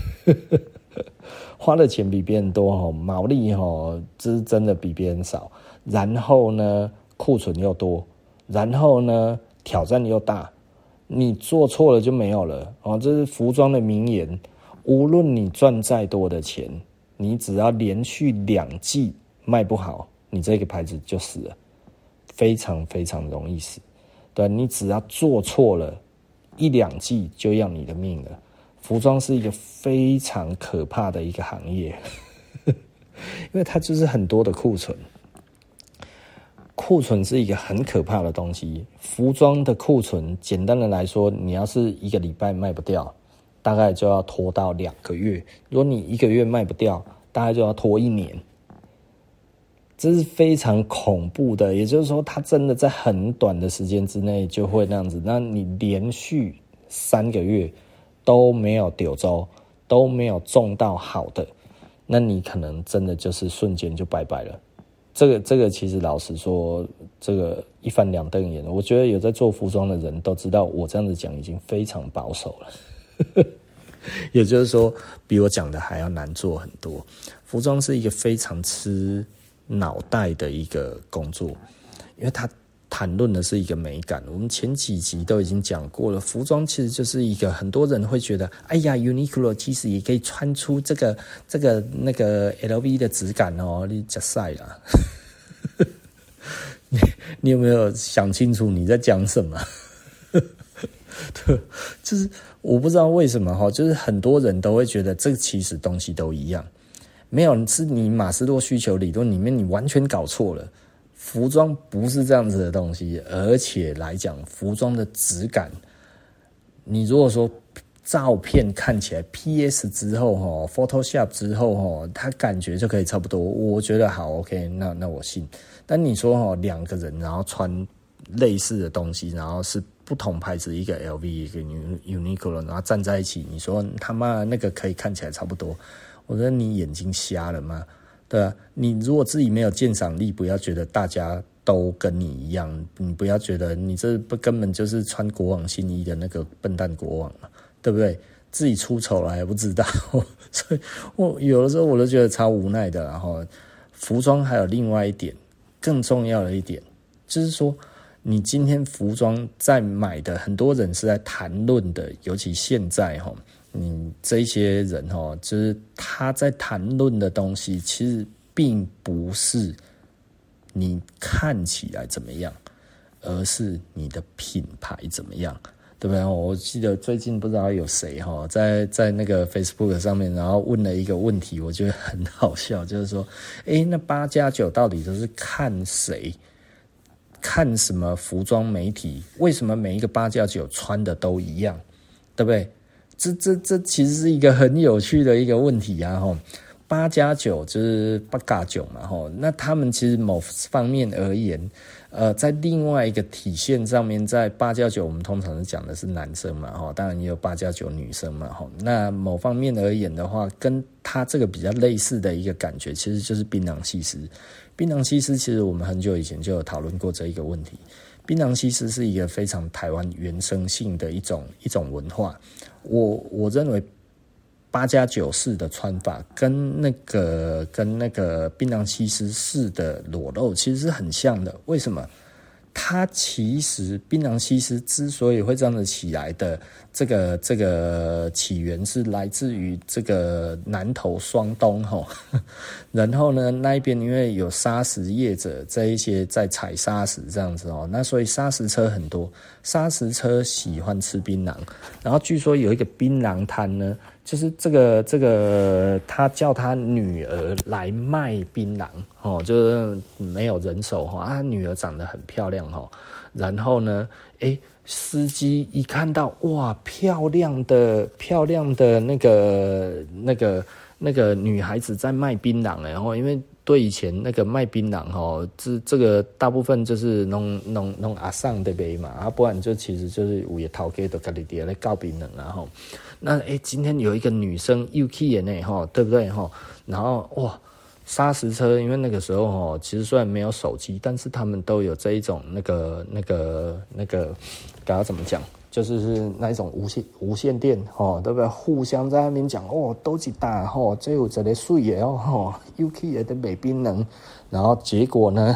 Speaker 1: 花的钱比别人多哈，毛利哈这是真的比别人少，然后呢库存又多，然后呢挑战又大，你做错了就没有了哦，这是服装的名言。无论你赚再多的钱，你只要连续两季卖不好，你这个牌子就死了，非常非常容易死。对，你只要做错了一两季就要你的命了。服装是一个非常可怕的一个行业，因为它就是很多的库存。库存是一个很可怕的东西。服装的库存，简单的来说，你要是一个礼拜卖不掉，大概就要拖到两个月。如果你一个月卖不掉，大概就要拖一年。这是非常恐怖的，也就是说，它真的在很短的时间之内就会那样子。那你连续三个月都没有丢周，都没有中到好的，那你可能真的就是瞬间就拜拜了。这个这个其实老实说，这个一翻两瞪眼。我觉得有在做服装的人都知道，我这样子讲已经非常保守了。也就是说，比我讲的还要难做很多。服装是一个非常吃脑袋的一个工作，因为它谈论的是一个美感。我们前几集都已经讲过了，服装其实就是一个很多人会觉得，哎呀 ，Uniqlo 其实也可以穿出这个这个那个 L V 的质感哦，你假赛啦。你你有没有想清楚你在讲什么？对，就是我不知道为什么哈，就是很多人都会觉得这其实东西都一样，没有，是你马斯洛需求理论里面你完全搞错了。服装不是这样子的东西，而且来讲，服装的质感，你如果说照片看起来 P S 之后 Photoshop 之后它感觉就可以差不多，我觉得好 OK， 那那我信。但你说两个人然后穿类似的东西，然后是不同牌子，一个 L V 一个 Uniqlo， 然后站在一起，你说他妈那个可以看起来差不多，我觉得你眼睛瞎了吗？对啊，你如果自己没有鉴赏力，不要觉得大家都跟你一样，你不要觉得你这根本就是穿国王新衣的那个笨蛋国王嘛，对不对？自己出丑了还不知道，所以我有的时候我都觉得超无奈的。然后服装还有另外一点更重要的一点，就是说你今天服装在买的，很多人是在谈论的，尤其现在齁。你这些人哦，就是他在谈论的东西，其实并不是你看起来怎么样，而是你的品牌怎么样，对不对？我记得最近不知道有谁哈，在在那个 Facebook 上面，然后问了一个问题，我觉得很好笑，就是说，哎，那八加九到底都是看谁？看什么服装媒体？为什么每一个八加九穿的都一样，对不对？这这这其实是一个很有趣的一个问题啊！吼，八加九就是八加九嘛，吼，那他们其实某方面而言，呃，在另外一个体现上面，在八加九我们通常是讲的是男生嘛，吼，当然也有八加九女生嘛，吼，那某方面而言的话，跟他这个比较类似的一个感觉，其实就是槟榔西施。槟榔西施其实我们很久以前就有讨论过这一个问题。槟榔西施是一个非常台湾原生性的一种一种文化。我我认为八加九式的穿法跟那个跟那个槟榔西施式的裸露其实是很像的。为什么？它其实槟榔西施之所以会这样子起来的，这个这个起源是来自于这个南投双东吼，然后呢那一边因为有砂石业者这一些在采砂石这样子哦，那所以砂石车很多，砂石车喜欢吃槟榔，然后据说有一个槟榔摊呢。就是这个这个，他叫他女儿来卖槟榔哦，就是没有人手哈，他女儿长得很漂亮哈，然后呢，哎，司机一看到哇，漂亮的漂亮的那个那个那个女孩子在卖槟榔，然后因为对以前那个卖槟榔哈，这这个大部分就是弄弄弄阿桑的卖嘛，啊，不然就其实就是有些头家都家己伫咧搞槟榔然后。那哎，今天有一个女生又去演呢哈，对不对哈？然后哇， 砂石车，因为那个时候哦，其实虽然没有手机，但是他们都有这一种那个那个那个，该要怎么讲？就是是那一种无线无线电哦，对不对？互相在那边讲哦，都一打哦，这有一个水的哦，吼，又去的都卖槟榔，然后结果呢？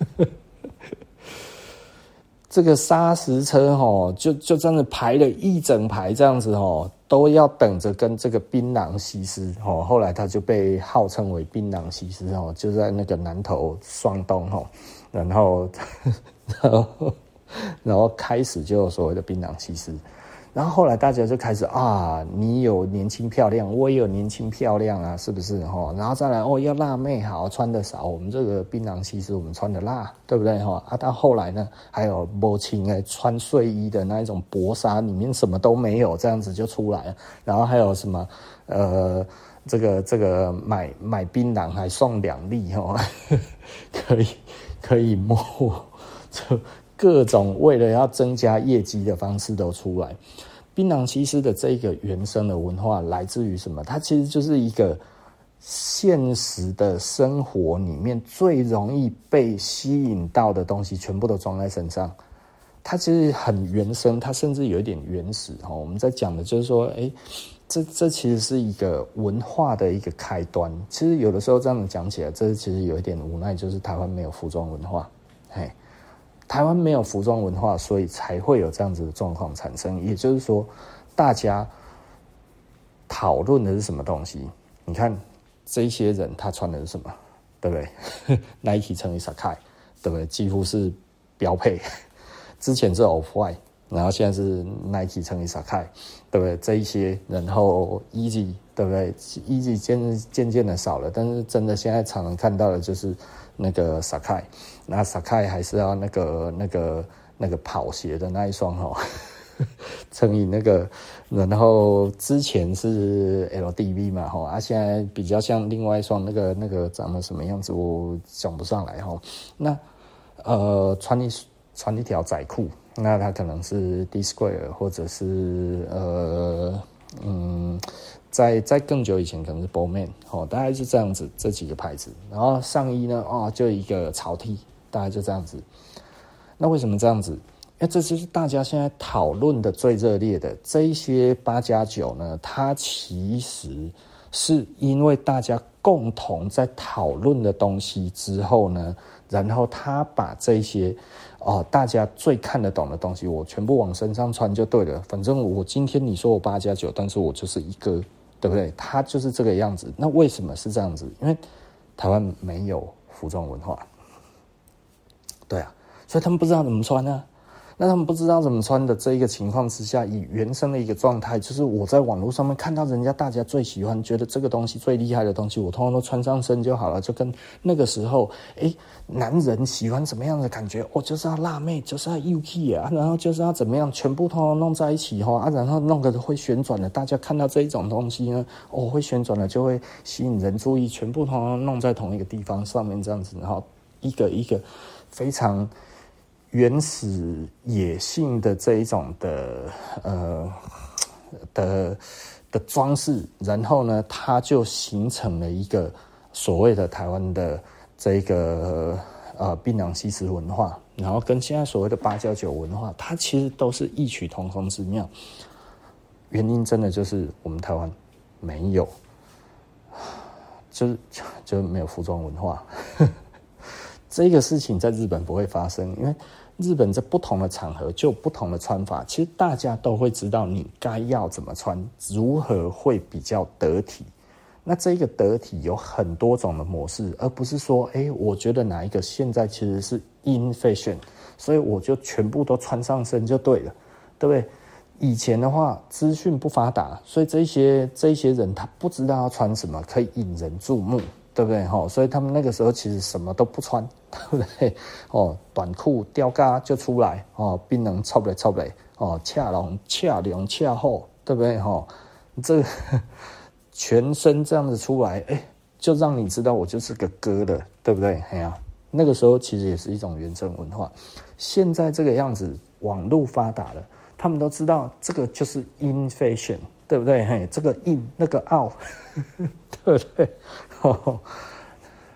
Speaker 1: 这个砂石车哦，就就这样子排了一整排这样子哦，都要等着跟这个槟榔西施哦。后来他就被号称为槟榔西施哦，就在那个南投双东哦，然后然后然后开始就有所谓的槟榔西施。然后后来大家就开始啊，你有年轻漂亮，我也有年轻漂亮啊，是不是哈？然后再来哦，要辣妹好，穿的少，我们这个槟榔西施我们穿的辣，对不对哈？啊，到后来呢，还有薄情哎，穿睡衣的那一种薄纱，里面什么都没有，这样子就出来了。然后还有什么呃，这个这个买买槟榔还送两粒哈，可以可以摸就。各种为了要增加业绩的方式都出来。槟榔西施的这个原生的文化来自于什么？它其实就是一个现实的生活里面最容易被吸引到的东西，全部都装在身上。它其实很原生，它甚至有一点原始。我们在讲的就是说，哎，这这其实是一个文化的一个开端。其实有的时候这样讲起来，这其实有一点无奈，就是台湾没有服装文化。嘿。台湾没有服装文化，所以才会有这样子的状况产生。也就是说，大家讨论的是什么东西？你看这些人他穿的是什么，对不对？Nike 乘以 Sacai， 对不对？几乎是标配。之前是 Off-White， 然后现在是 Nike 乘以 Sacai， 对不对？这一些，然后 Easy， 对不对 ？Easy 渐渐渐的少了，但是真的现在常常看到的就是那个 Sacai。那 Sacai 还是要那个那个那个跑鞋的那一双哦，乘以那个，然后之前是 L D V 嘛哈，啊现在比较像另外一双那个那个长得什么样子我讲不上来哈。那呃穿一穿一条仔裤，那它可能是 D Square 或者是呃嗯。在在更久以前可能是 Bowman 哦，大概是这样子这几个牌子，然后上衣呢哦就一个草 T， 大概就这样子。那为什么这样子？因为这就是大家现在讨论的最热烈的这一些八加九呢，它其实是因为大家共同在讨论的东西之后呢，然后他把这些哦大家最看得懂的东西，我全部往身上穿就对了。反正我今天你说我八加九，但是我就是一哥。对不对？他就是这个样子。那为什么是这样子？因为台湾没有服装文化，对啊，所以他们不知道怎么穿啊。那他们不知道怎么穿的这一个情况之下，以原生的一个状态，就是我在网络上面看到人家大家最喜欢，觉得这个东西最厉害的东西，我通通都穿上身就好了。就跟那个时候，哎，男人喜欢什么样的感觉？我、哦、就是要辣妹，就是要 U K 啊，然后就是要怎么样，全部通通弄在一起哈啊，然后弄个会旋转的，大家看到这一种东西呢，哦，会旋转的就会吸引人注意，全部通通弄在同一个地方上面这样子，然后一个一个非常原始野性的这一种的呃的的装饰，然后呢，它就形成了一个所谓的台湾的这个呃槟榔西施文化，然后跟现在所谓的八加九文化，它其实都是异曲同工之妙。原因真的就是我们台湾没有，就是就没有服装文化。这个事情在日本不会发生，因为日本在不同的场合就有不同的穿法，其实大家都会知道你该要怎么穿，如何会比较得体。那这个得体有很多种的模式，而不是说，哎，我觉得哪一个现在其实是 in fashion， 所以我就全部都穿上身就对了，对不对？以前的话，资讯不发达，所以这些这些人他不知道要穿什么可以引人注目。对不对？哦，所以他们那个时候其实什么都不穿，对不对？哦，短裤吊嘎就出来，哦，槟榔臭不臭不哦，恰龙恰龙恰厚，对不对？哦，这个全身这样子出来，哎，就让你知道我就是个哥的，对不对？哎呀、啊，那个时候其实也是一种原生文化。现在这个样子，网络发达了，他们都知道这个就是 in fashion， 对不对？嘿，这个 in 那个 out， 对不对？哦，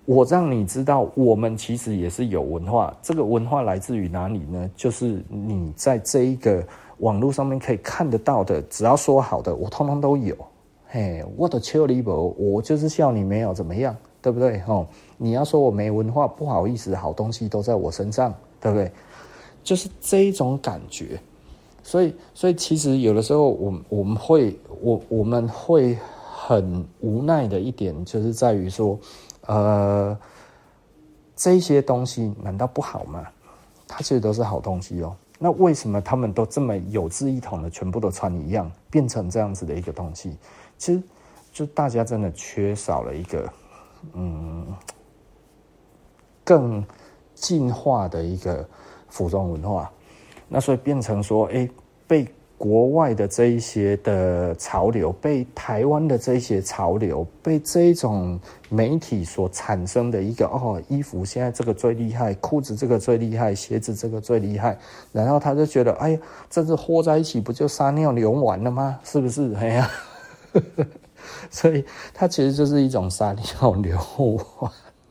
Speaker 1: 我让你知道，我们其实也是有文化。这个文化来自于哪里呢？就是你在这一个网络上面可以看得到的，只要说好的，我通通都有。嘿，我的求你不，我就是笑你没有怎么样，对不对？哦，你要说我没文化，不好意思，好东西都在我身上，对不对？就是这一种感觉。所以，所以其实有的时候我，我我们会，我我们会很无奈的一点，就是在于说，呃，这些东西难道不好吗？它其实都是好东西哦。那为什么他们都这么有志一同的，全部都穿一样，变成这样子的一个东西？其实，就大家真的缺少了一个，嗯，更进化的一个服装文化。那所以变成说，哎，被国外的这一些的潮流，被台湾的这一些潮流，被这一种媒体所产生的一个哦，衣服现在这个最厉害，裤子这个最厉害，鞋子这个最厉害，然后他就觉得，哎呀，这是和在一起不就撒尿流完了吗？是不是？哎呀，所以它其实就是一种撒尿流完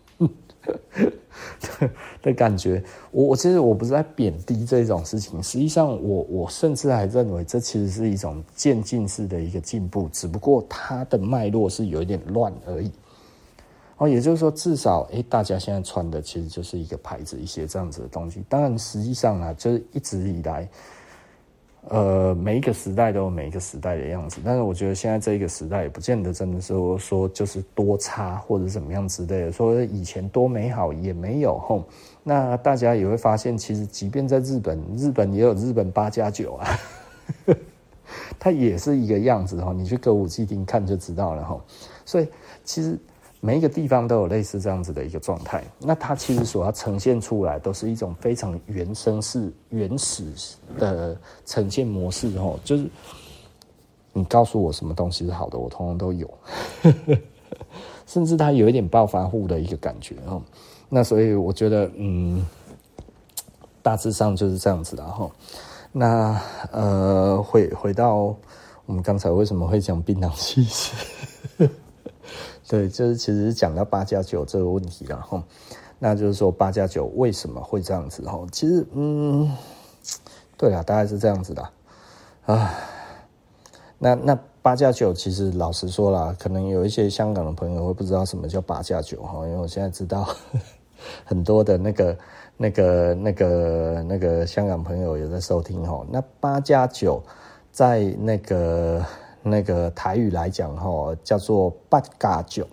Speaker 1: 的感觉。我我其实我不是在贬低这种事情，实际上我我甚至还认为这其实是一种渐进式的一个进步，只不过它的脉络是有一点乱而已。哦，也就是说，至少哎，大家现在穿的其实就是一个牌子，一些这样子的东西。当然，实际上啊，就是一直以来，呃，每一个时代都有每一个时代的样子。但是我觉得现在这个时代也不见得真的说说就是多差或者怎么样之类的，说以前多美好也没有吼。那大家也会发现，其实即便在日本，日本也有日本八加九啊，它也是一个样子哈。你去歌舞伎町看就知道了哈。所以其实每一个地方都有类似这样子的一个状态。那它其实所要呈现出来，都是一种非常原生式、原始的呈现模式哈。就是你告诉我什么东西是好的，我通通都有，甚至它有一点暴发户的一个感觉哈。那所以我觉得，嗯，大致上就是这样子啦哈。那呃，回回到我们刚才为什么会讲槟榔西施？对，就是其实讲到八加九这个问题啦哈。那就是说八加九为什么会这样子哈？其实，嗯，对啦，大概是这样子的啊。那那八加九其实老实说啦，可能有一些香港的朋友会不知道什么叫八加九哈，因为我现在知道很多的那个那个那个那个香港朋友有在收听哈。那八加九在那个那个台语来讲哈，叫做八加九，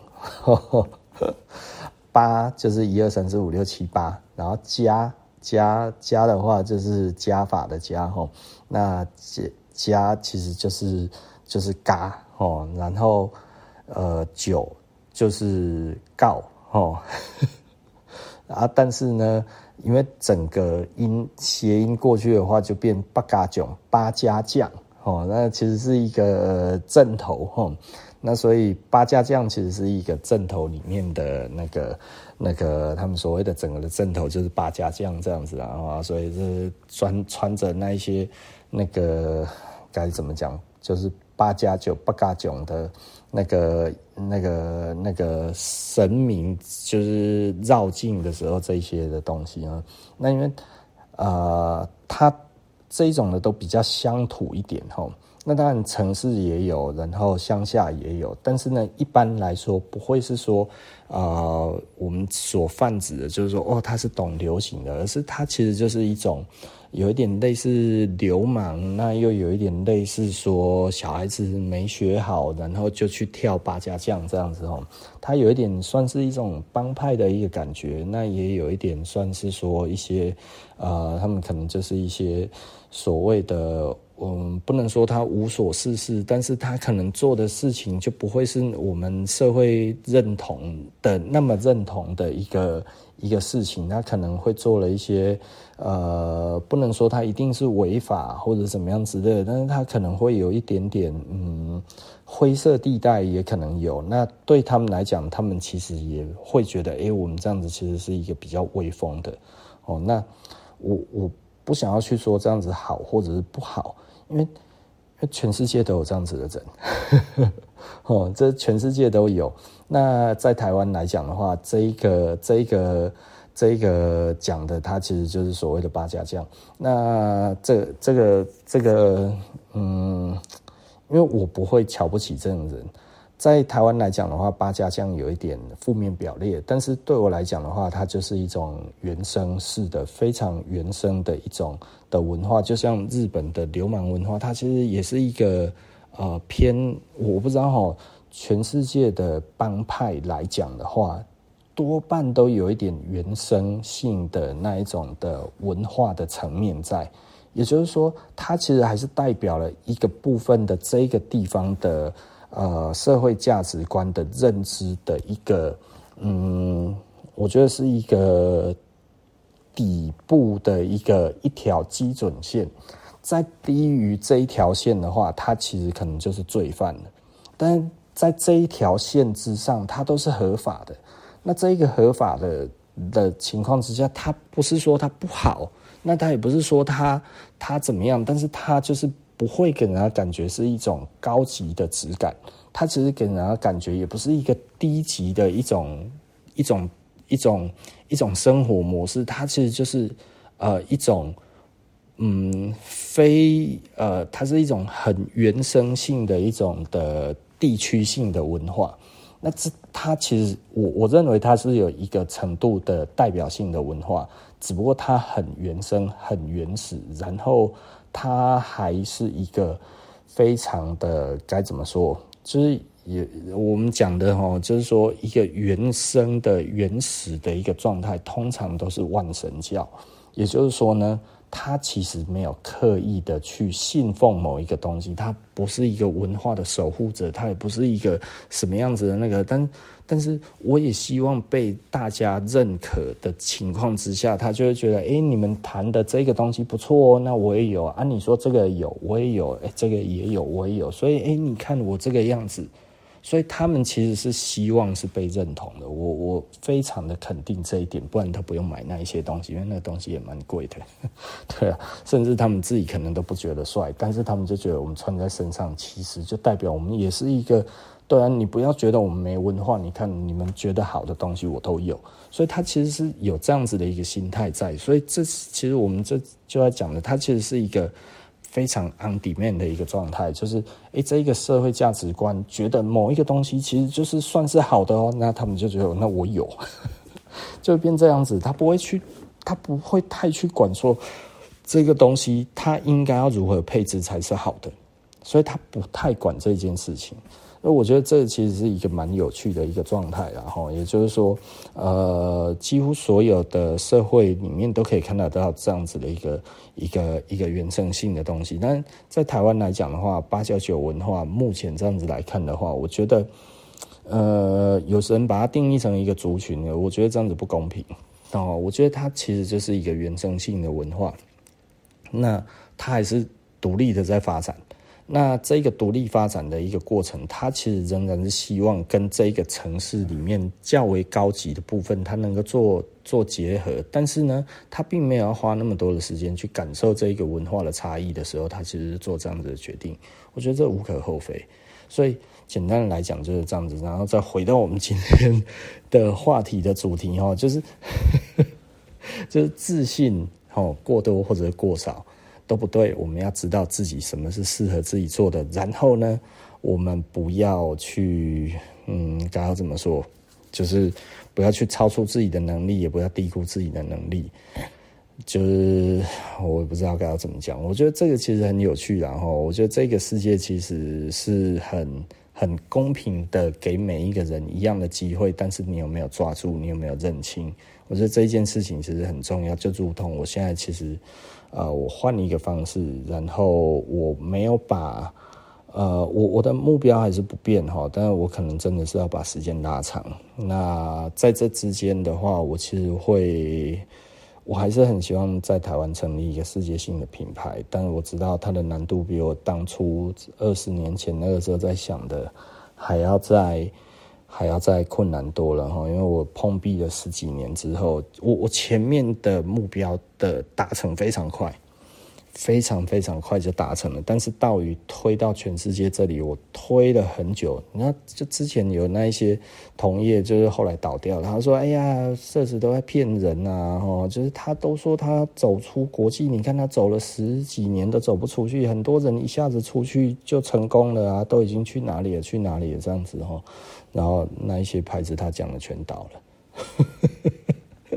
Speaker 1: 八就是一二三四五六七八，然后加加加的话就是加法的加哈，那加加其实就是就是嘎哦，然后呃九就是告哦。啊，但是呢，因为整个音谐音过去的话，就变八加囧，八加酱哦，那其实是一个正头哦。那所以八家将其实是一个阵头里面的那个那个他们所谓的整个的阵头就是八家将这样子啊，所以是穿穿着那一些那个该怎么讲，就是八加九八加囧的那个那个那个神明就是绕境的时候这一些的东西啊，那因为呃它这一种的都比较乡土一点齁。那当然城市也有，然后乡下也有，但是呢一般来说不会是说呃我们所泛指的就是说哦它是懂流行的，而是它其实就是一种有一点类似流氓，那又有一点类似说小孩子没学好然后就去跳八家将这样子齁，它有一点算是一种帮派的一个感觉，那也有一点算是说一些呃他们可能就是一些所谓的嗯，不能说他无所事事，但是他可能做的事情就不会是我们社会认同的那么认同的一个一个事情，他可能会做了一些呃，不能说他一定是违法或者怎么样之类的，但是他可能会有一点点嗯灰色地带也可能有，那对他们来讲，他们其实也会觉得，诶，我们这样子其实是一个比较威风的哦。那我我不想要去说这样子好或者是不好。因为全世界都有这样子的人哦，这全世界都有。那在台湾来讲的话，这一个这一个这一个讲的，它其实就是所谓的八家将。那这这个这个，嗯，因为我不会瞧不起这种人。在台湾来讲的话，八家将有一点负面表列，但是对我来讲的话，它就是一种原生式的、非常原生的一种的文化，就像日本的流氓文化，它其实也是一个呃偏，我不知道齁，全世界的帮派来讲的话，多半都有一点原生性的那一种的文化的层面在，也就是说，它其实还是代表了一个部分的这个地方的。呃，社会价值观的认知的一个，嗯，我觉得是一个底部的一个一条基准线，在低于这一条线的话，它其实可能就是罪犯了。但是在这一条线之上，它都是合法的。那这一个合法的的情况之下，它不是说它不好，那它也不是说它它怎么样，但是它就是不会给人家感觉是一种高级的质感，它其实给人家感觉也不是一个低级的一种一种一种一种生活模式，它其实就是呃一种嗯非呃它是一种很原生性的一种的地区性的文化。那这它其实我我认为它是有一个程度的代表性的文化，只不过它很原生很原始，然后它还是一个非常的该怎么说，就是也我们讲的齁，就是说一个原生的原始的一个状态，通常都是万神教，也就是说呢，他其实没有刻意的去信奉某一个东西，他不是一个文化的守护者，他也不是一个什么样子的那个，但但是我也希望被大家认可的情况之下，他就会觉得，哎，你们谈的这个东西不错哦，那我也有啊，你说这个有，我也有，哎，这个也有，我也有，所以哎，你看我这个样子。所以他们其实是希望是被认同的，我我非常的肯定这一点，不然他不用买那一些东西，因为那个东西也蛮贵的，对啊，甚至他们自己可能都不觉得帅，但是他们就觉得我们穿在身上，其实就代表我们也是一个，对啊，你不要觉得我们没文化，你看你们觉得好的东西我都有，所以他其实是有这样子的一个心态在，所以这其实我们这就在讲的，它其实是一个。非常 on demand 的一个状态，就是诶，这一个社会价值观觉得某一个东西其实就是算是好的哦，那他们就觉得那我有，就变这样子，他不会去，他不会太去管说这个东西它应该要如何配置才是好的，所以他不太管这件事情。那我觉得这其实是一个蛮有趣的一个状态啦，齁，也就是说，呃，几乎所有的社会里面都可以看得到这样子的一个一个一个原生性的东西。但在台湾来讲的话，八加九文化目前这样子来看的话，我觉得，呃，有人把它定义成一个族群了，我觉得这样子不公平哦。我觉得它其实就是一个原生性的文化，那它还是独立的在发展。那这个独立发展的一个过程，它其实仍然是希望跟这个城市里面较为高级的部分，它能够做做结合。但是呢，它并没有要花那么多的时间去感受这一个文化的差异的时候，它其实是做这样子的决定。我觉得这无可厚非。所以简单的来讲就是这样子，然后再回到我们今天的话题的主题哈，就是就是自信哦，过多或者过少。都不对，我们要知道自己什么是适合自己做的，然后呢，我们不要去，嗯，该要怎么说，就是不要去超出自己的能力，也不要低估自己的能力。就是我也不知道该要怎么讲，我觉得这个其实很有趣，然后我觉得这个世界其实是很很公平的，给每一个人一样的机会，但是你有没有抓住，你有没有认清？我觉得这一件事情其实很重要，就如同我现在其实。呃，我换一个方式，然后我没有把，呃，我我的目标还是不变哈，但是我可能真的是要把时间拉长。那在这之间的话，我其实会，我还是很希望在台湾成立一个世界性的品牌，但是我知道它的难度比我当初二十年前那个时候在想的还要再。还要再困难多了哈，因为我碰壁了十几年之后，我我前面的目标的达成非常快， 非常非常快就达成了。但是道鱼推到全世界这里，我推了很久。你看，就之前有那一些同业，就是后来倒掉了。他说：“哎呀，社子都在骗人啊！哦，就是他都说他走出国际，你看他走了十几年都走不出去，很多人一下子出去就成功了啊，都已经去哪里了？去哪里了？这样子哈。然后那一些牌子他讲的全倒了。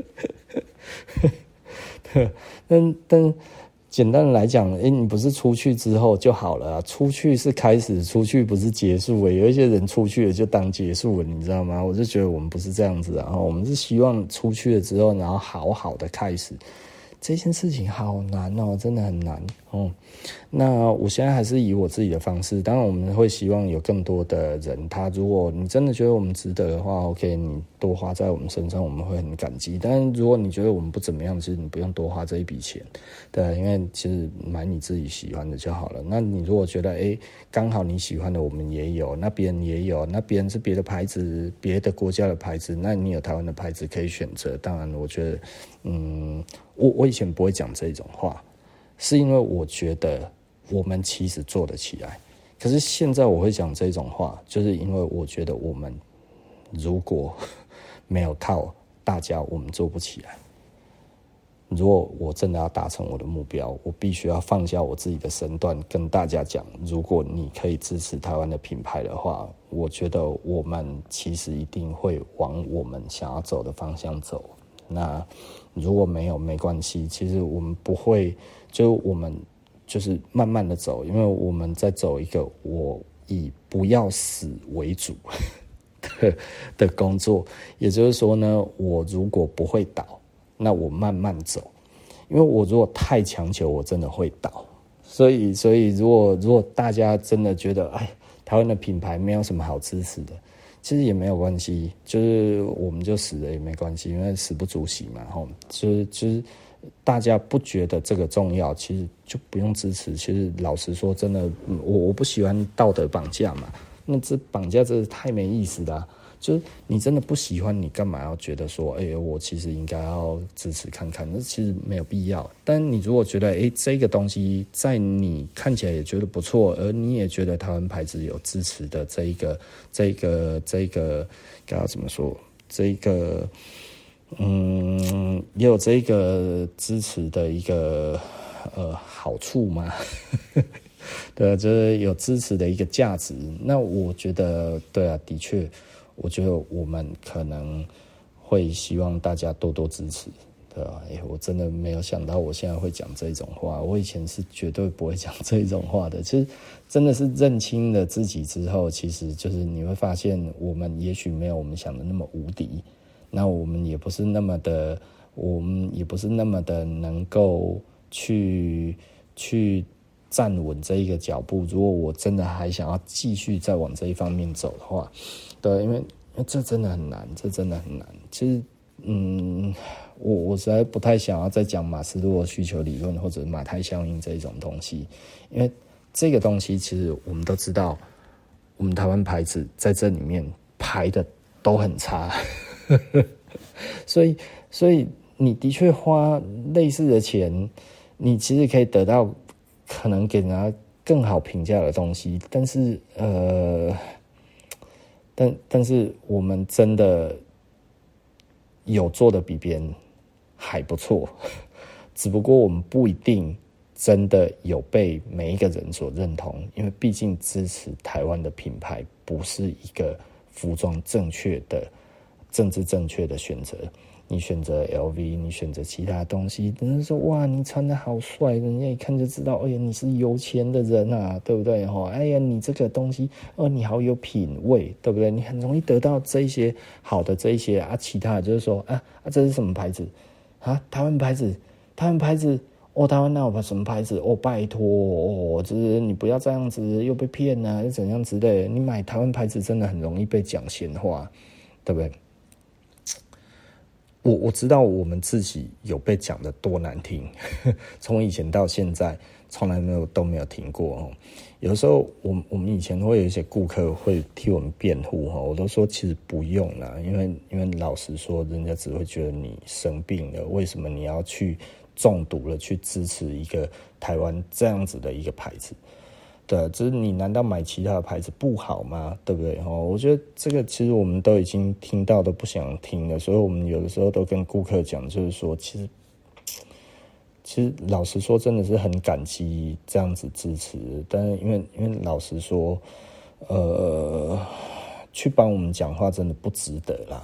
Speaker 1: 但但。简单的来讲，哎，你不是出去之后就好了啊？出去是开始，出去不是结束。哎，有一些人出去了就当结束了，你知道吗？我就觉得我们不是这样子啊，我们是希望出去了之后，然后好好的开始。这件事情好难哦，真的很难哦。那我现在还是以我自己的方式，当然我们会希望有更多的人，他如果你真的觉得我们值得的话 ，OK， 你多花在我们身上，我们会很感激。但如果你觉得我们不怎么样，其实你不用多花这一笔钱，对，因为其实买你自己喜欢的就好了。那你如果觉得哎，刚好你喜欢的我们也有，那别人也有，那别人是别的牌子，别的国家的牌子，那你有台湾的牌子可以选择。当然，我觉得，嗯。我我以前不会讲这种话，是因为我觉得我们其实做得起来。可是现在我会讲这种话，就是因为我觉得我们如果没有靠大家，我们做不起来。如果我真的要达成我的目标，我必须要放下我自己的身段，跟大家讲，如果你可以支持台湾的品牌的话，我觉得我们其实一定会往我们想要走的方向走。那如果没有没关系，其实我们不会，就我们就是慢慢的走，因为我们在走一个我以不要死为主的的工作，也就是说呢，我如果不会倒，那我慢慢走，因为我如果太强求，我真的会倒。所以，所以如果如果大家真的觉得，哎，台湾的品牌没有什么好支持的。其实也没有关系，就是我们就死了也没关系，因为死不足惜嘛，吼，就是就是大家不觉得这个重要，其实就不用支持。其实老实说，真的，我我不喜欢道德绑架嘛，那这绑架真是太没意思啦。就是你真的不喜欢，你干嘛要觉得说，哎、欸，我其实应该要支持看看？那其实没有必要。但你如果觉得，哎、欸，这个东西在你看起来也觉得不错，而你也觉得台湾牌子有支持的这一个、这一个、这一个，该要怎么说？这一个，嗯，也有这一个支持的一个呃好处嘛。对，就是有支持的一个价值。那我觉得，对啊，的确。我觉得我们可能会希望大家多多支持，对吧？哎，我真的没有想到我现在会讲这种话，我以前是绝对不会讲这种话的。其实真的是认清了自己之后，其实就是你会发现，我们也许没有我们想的那么无敌，那我们也不是那么的，我们也不是那么的能够去去站稳这一个脚步。如果我真的还想要继续再往这一方面走的话，对，因为这真的很难，这真的很难。其实，嗯，我我实在不太想要再讲马斯洛需求理论或者马太效应这一种东西，因为这个东西其实我们都知道，我们台湾牌子在这里面排的都很差，所以所以你的确花类似的钱，你其实可以得到可能给人家更好评价的东西，但是呃。但但是我们真的有做的比别人还不错，只不过我们不一定真的有被每一个人所认同，因为毕竟支持台湾的品牌不是一个服装正确的、政治正确的选择。你选择 L V， 你选择其他东西，人家说哇，你穿得好帅，人家一看就知道，哎呀，你是有钱的人啊，对不对？哈，哎呀，你这个东西，哦，你好有品味，对不对？你很容易得到这一些好的这一些啊，其他的就是说啊啊，这是什么牌子啊？台湾牌子，台湾牌子，哦，台湾那有什么牌子？哦，拜托，哦，就是你不要这样子，又被骗啊，又怎样之类的。你买台湾牌子真的很容易被讲闲话，对不对？我我知道我们自己有被讲的多难听，从以前到现在从来没有都没有停过哦。有的时候我我们以前会有一些顾客会替我们辩护哈，我都说其实不用啦，因为因为老实说，人家只会觉得你生病了，为什么你要去中毒了去支持一个台湾这样子的一个牌子。对，就是你难道买其他的牌子不好吗？对不对？哦，我觉得这个其实我们都已经听到都不想听了，所以我们有的时候都跟顾客讲，就是说，其实，其实老实说，真的是很感激这样子支持，但是因为因为老实说，呃，去帮我们讲话真的不值得啦。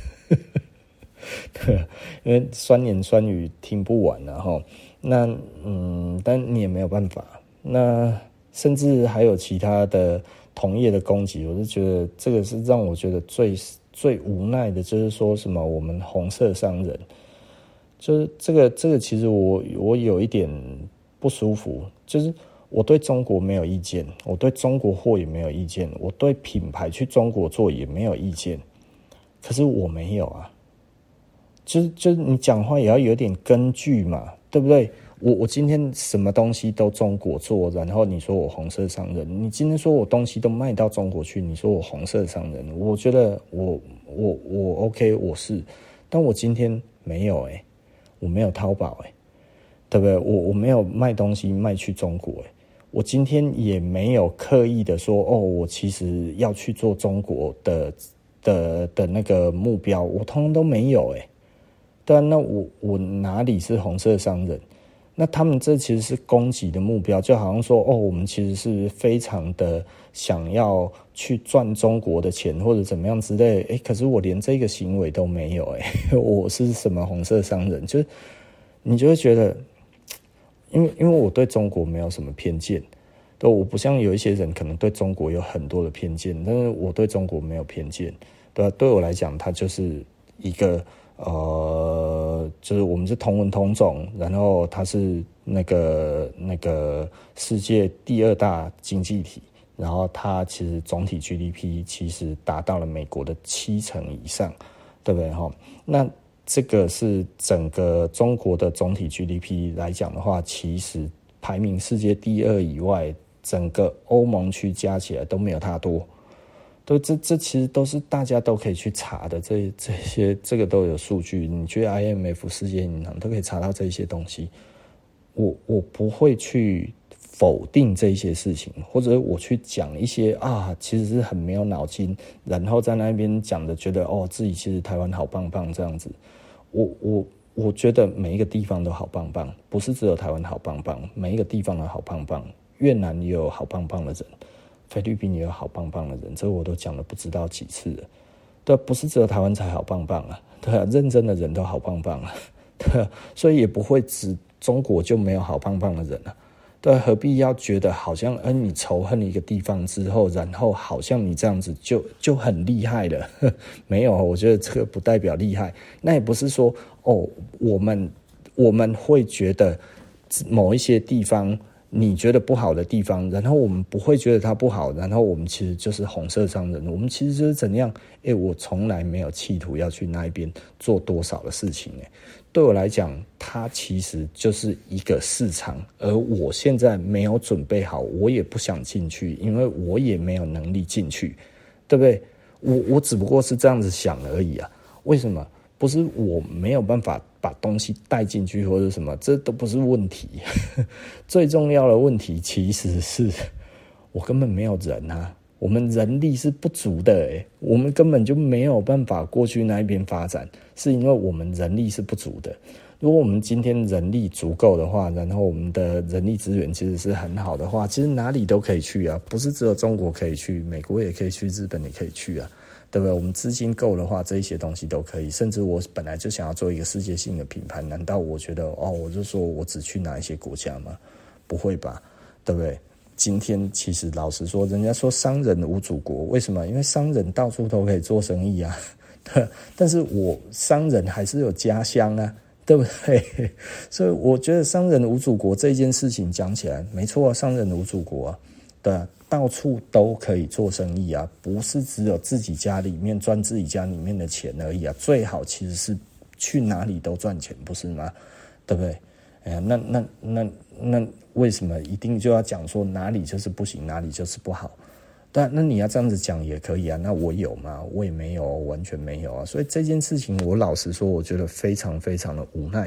Speaker 1: 对，因为酸言酸语听不完然后那嗯，但你也没有办法，那。甚至还有其他的同业的攻击，我是觉得这个是让我觉得最最无奈的，就是说什么我们红色商人，就是这个这个其实我我有一点不舒服，就是我对中国没有意见，我对中国货也没有意见，我对品牌去中国做也没有意见，可是我没有啊，就是就是你讲话也要有点根据嘛，对不对？我我今天什么东西都中国做，然后你说我红色商人，你今天说我东西都卖到中国去，你说我红色商人，我觉得我我我 OK 我是，但我今天没有哎、欸，我没有淘宝哎、欸，对不对？我我没有卖东西卖去中国哎、欸，我今天也没有刻意的说哦，我其实要去做中国的的的那个目标，我通通都没有哎、欸，对啊，那我我哪里是红色商人？那他们这其实是攻击的目标，就好像说，哦，我们其实是非常的想要去赚中国的钱或者怎么样之类的，哎，可是我连这个行为都没有，哎，我是什么红色商人？就是你就会觉得，因为因为我对中国没有什么偏见，对，我不像有一些人可能对中国有很多的偏见，但是我对中国没有偏见，对吧？对我来讲，它就是一个。呃，就是我们是同文同种，然后它是那个那个世界第二大经济体，然后它其实总体 G D P 其实达到了美国的七成以上，对不对哈？那这个是整个中国的总体 G D P 来讲的话，其实排名世界第二以外，整个欧盟区加起来都没有它多。对，这这其实都是大家都可以去查的，这这些这个都有数据，你去 I M F 世界银行都可以查到这些东西。我我不会去否定这些事情，或者我去讲一些啊，其实是很没有脑筋，然后在那边讲的觉得哦，自己其实台湾好棒棒这样子。我我我觉得每一个地方都好棒棒，不是只有台湾好棒棒，每一个地方都好棒棒，越南也有好棒棒的人。菲律宾也有好棒棒的人，这我都讲了不知道几次了。对，不是只有台湾才好棒棒啊，对啊，认真的人都好棒棒啊，对啊，所以也不会指中国就没有好棒棒的人啊，对啊，何必要觉得好像，嗯，你仇恨一个地方之后，然后好像你这样子就就很厉害了？没有，我觉得这个不代表厉害，那也不是说哦，我们我们会觉得某一些地方。你觉得不好的地方，然后我们不会觉得它不好，然后我们其实就是红色商人，我们其实就是怎样？哎，我从来没有企图要去那一边做多少的事情，哎，对我来讲，它其实就是一个市场，而我现在没有准备好，我也不想进去，因为我也没有能力进去，对不对？我我只不过是这样子想而已啊，为什么？不是我没有办法把东西带进去或者什么，这都不是问题。最重要的问题其实是我根本没有人啊，我们人力是不足的，欸，我们根本就没有办法过去那一边发展，是因为我们人力是不足的。如果我们今天人力足够的话，然后我们的人力资源其实是很好的话，其实哪里都可以去啊，不是只有中国可以去，美国也可以去，日本也可以去啊。对不对？我们资金够的话，这一些东西都可以。甚至我本来就想要做一个世界性的品牌，难道我觉得哦，我就说我只去哪一些国家吗？不会吧，对不对？今天其实老实说，人家说商人无祖国，为什么？因为商人到处都可以做生意啊。但是我商人还是有家乡啊，对不对？所以我觉得商人无祖国这件事情讲起来没错啊，商人无祖国啊，对啊。到处都可以做生意啊，不是只有自己家里面赚自己家里面的钱而已啊。最好其实是去哪里都赚钱，不是吗？对不对？哎呀，那那那那为什么一定就要讲说哪里就是不行，哪里就是不好？但那你要这样子讲也可以啊。那我有吗？我也没有，完全没有啊。所以这件事情，我老实说，我觉得非常非常的无奈。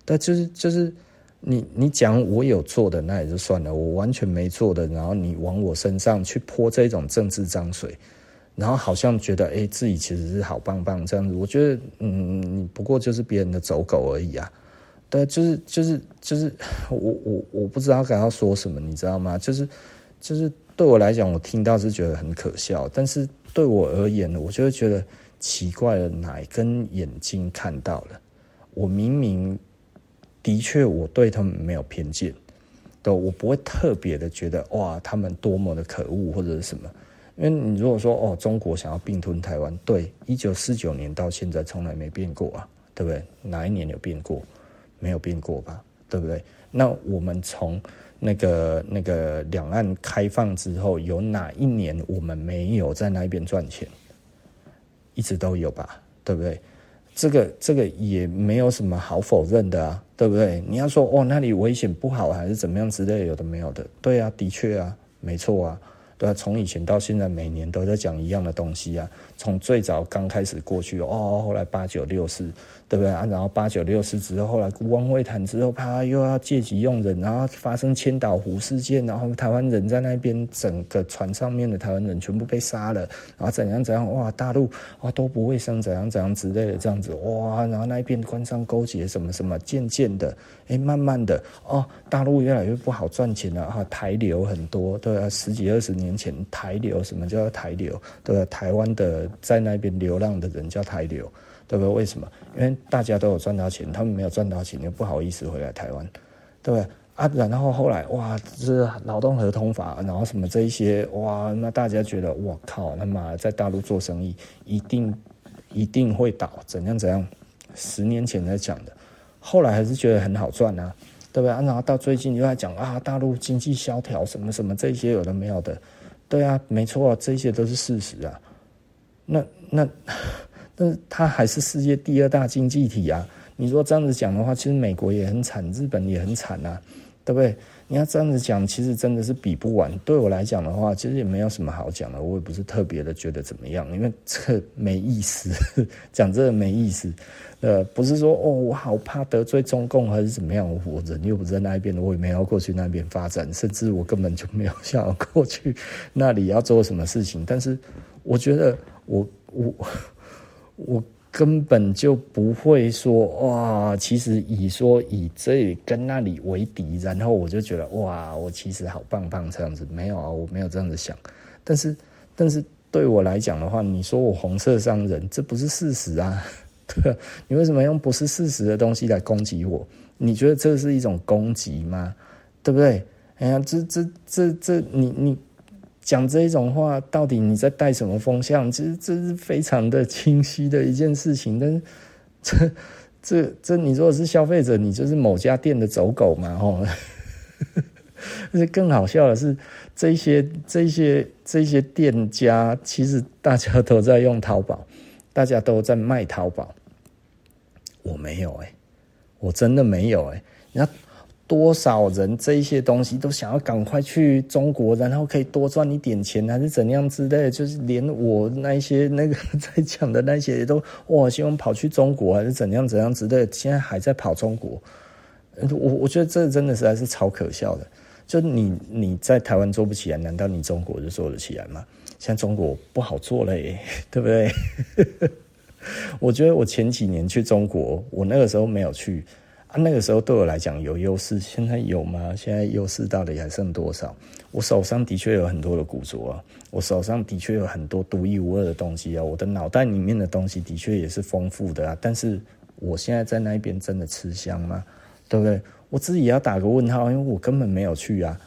Speaker 1: 但就是就是你你讲我有做的那也就算了，我完全没做的，然后你往我身上去泼这种政治脏水，然后好像觉得哎、欸、自己其实是好棒棒这样子，我觉得嗯你不过就是别人的走狗而已啊。对，就是就是就是我我我不知道该要说什么，你知道吗？就是就是对我来讲，我听到是觉得很可笑，但是对我而言，我就会觉得奇怪了，哪根眼睛看到了？我明明的确我对他们没有偏见，对，我不会特别的觉得哇他们多么的可恶或者是什么。因为你如果说哦中国想要并吞台湾，对，一九四九年到现在从来没变过啊，对不对？哪一年有变过？没有变过吧，对不对？那我们从那个那个两岸开放之后，有哪一年我们没有在那边赚钱？一直都有吧，对不对？这个这个也没有什么好否认的啊，对不对？你要说哦那里危险不好还是怎么样之类的，有的没有的，对啊，的确啊，没错啊。对啊，从以前到现在，每年都在讲一样的东西啊。从最早刚开始过去，哦，后来八九六四，对不对啊？然后八九六四之后，后来孤汪会谈之后，啪又要借机用人，然后发生千岛湖事件，然后台湾人在那边，整个船上面的台湾人全部被杀了，然后怎样怎样，哇，大陆哇都不卫生，怎样怎样之类的这样子，哇，然后那边官商勾结什么什么，渐渐的，哎，慢慢的，哦，大陆越来越不好赚钱了啊，台流很多，对啊，十几二十年前台流，什么叫台流？对吧？台湾的在那边流浪的人叫台流，对不对？为什么？因为大家都有赚到钱，他们没有赚到钱，又不好意思回来台湾，对不对？啊，然后后来哇，这劳动合同法，然后什么这一些，哇，那大家觉得哇靠，他妈在大陆做生意一定一定会倒，怎样怎样？十年前在讲的，后来还是觉得很好赚啊。对不对？啊、然后到最近又在讲啊，大陆经济萧条什么什么这些有的没有的，对啊，没错啊，这些都是事实啊。那那但是它还是世界第二大经济体啊。你说这样子讲的话，其实美国也很惨，日本也很惨啊，对不对？你要这样子讲，其实真的是比不完。对我来讲的话，其实也没有什么好讲的，我也不是特别的觉得怎么样，因为这没意思，讲这个没意思。呃，不是说哦，我好怕得罪中共还是怎么样，我人又不在那边，我也没有过去那边发展，甚至我根本就没有想要过去那里要做什么事情。但是我觉得我我我根本就不会说哇，其实以说以这里跟那里为敌，然后我就觉得哇，我其实好棒棒这样子，没有啊，我没有这样子想。但是但是对我来讲的话，你说我红色商人，这不是事实啊。对，你为什么用不是事实的东西来攻击我？你觉得这是一种攻击吗？对不对？哎呀，这这这这，你你讲这一种话，到底你在带什么风向？其实这是非常的清晰的一件事情。但是这这这，你如果是消费者，你就是某家店的走狗嘛，吼。而且更好笑的是，这些这些这些店家，其实大家都在用淘宝。大家都在卖淘宝，我没有哎、欸，我真的没有哎、欸。你看多少人这一些东西都想要赶快去中国，然后可以多赚一点钱，还是怎样之类的？就是连我那一些那个在讲的那些也都哇，希望跑去中国还是怎样怎样之类的，现在还在跑中国。我我觉得这真的实在是超可笑的。就你你在台湾做不起来，难道你中国就做得起来吗？现在中国不好做了耶，对不对？我觉得我前几年去中国，我那个时候没有去啊，那个时候对我来讲有优势，现在有吗？现在优势到底还剩多少？我手上的确有很多的古着啊，我手上的确有很多独一无二的东西啊，我的脑袋里面的东西的确也是丰富的啊，但是我现在在那边真的吃香吗？对不对？我自己也要打个问号，因为我根本没有去啊。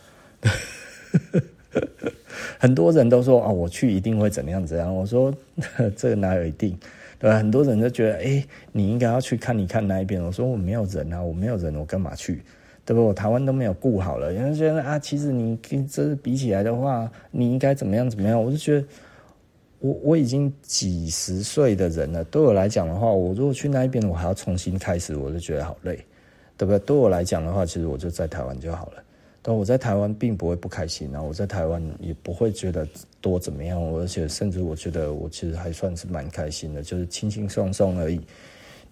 Speaker 1: 很多人都说啊，我去一定会怎样怎样。我说这个哪有一定，对吧？很多人都觉得，哎，你应该要去看一看那一边。我说我没有人啊，我没有人，我干嘛去？对吧？我台湾都没有顾好了，有人觉得啊，其实你跟这比起来的话，你应该怎么样怎么样？我就觉得，我我已经几十岁的人了，对我来讲的话，我如果去那一边，我还要重新开始，我就觉得好累。对不对？对我来讲的话，其实我就在台湾就好了。但我在台湾并不会不开心啊，我在台湾也不会觉得多怎么样，而且甚至我觉得我其实还算是蛮开心的，就是轻轻松松而已。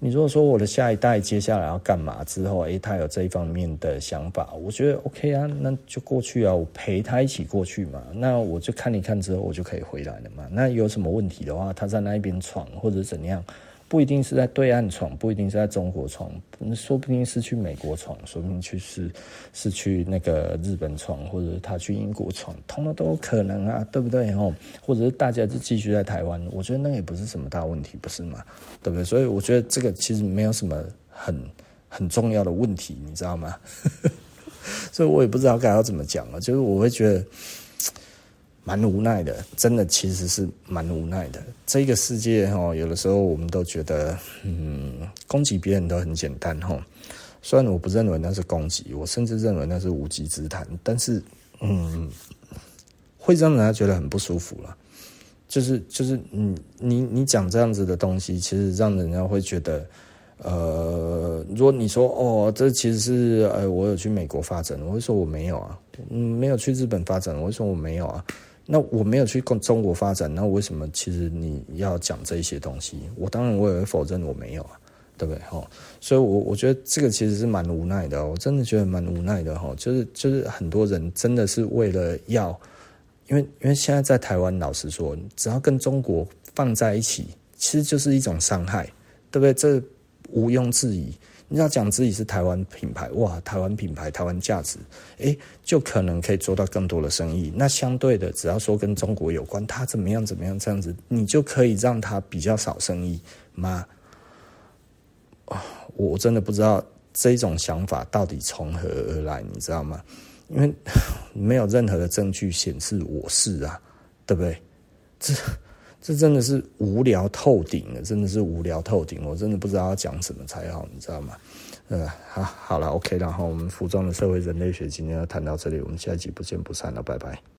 Speaker 1: 你如果说我的下一代接下来要干嘛之后，诶，他有这一方面的想法，我觉得 OK 啊，那就过去啊，我陪他一起过去嘛，那我就看一看之后，我就可以回来了嘛。那有什么问题的话，他在那一边闯或者怎样，不一定是在对岸闯，不一定是在中国闯，说不定是去美国闯，说不定去是是去那个日本闯，或者他去英国闯，通通都有可能啊，对不对齁？或者是大家就继续在台湾，我觉得那也不是什么大问题，不是吗？对不对？所以我觉得这个其实没有什么很很重要的问题，你知道吗？所以我也不知道该要怎么讲了，就是我会觉得蛮无奈的，真的其实是蛮无奈的。这个世界齁，有的时候我们都觉得，嗯，攻击别人都很简单齁。虽然我不认为那是攻击，我甚至认为那是无稽之谈，但是，嗯，会让人家觉得很不舒服了。就是就是你你你讲这样子的东西，其实让人家会觉得，呃，如果你说哦，这其实是呃，我有去美国发展，我会说我没有啊，嗯，没有去日本发展，我会说我没有啊。那我没有去中国发展，那为什么其实你要讲这些东西？我当然我也会否认我没有啊，对不对？哈，所以我我觉得这个其实是蛮无奈的，我真的觉得蛮无奈的哈，就是就是很多人真的是为了要。因为因为现在在台湾，老实说，只要跟中国放在一起，其实就是一种伤害，对不对？这毋庸置疑。你要讲自己是台湾品牌，哇，台湾品牌、台湾价值，诶，就可能可以做到更多的生意。那相对的，只要说跟中国有关，它怎么样怎么样这样子，你就可以让它比较少生意吗？我真的不知道这种想法到底从何而来，你知道吗？因为没有任何的证据显示我是啊，对不对？这这真的是无聊透顶了，真的是无聊透顶，我真的不知道要讲什么才好，你知道吗？呃，好，好了 ，OK， 然后我们服装的社会人类学今天要谈到这里，我们下一集不见不散了，拜拜。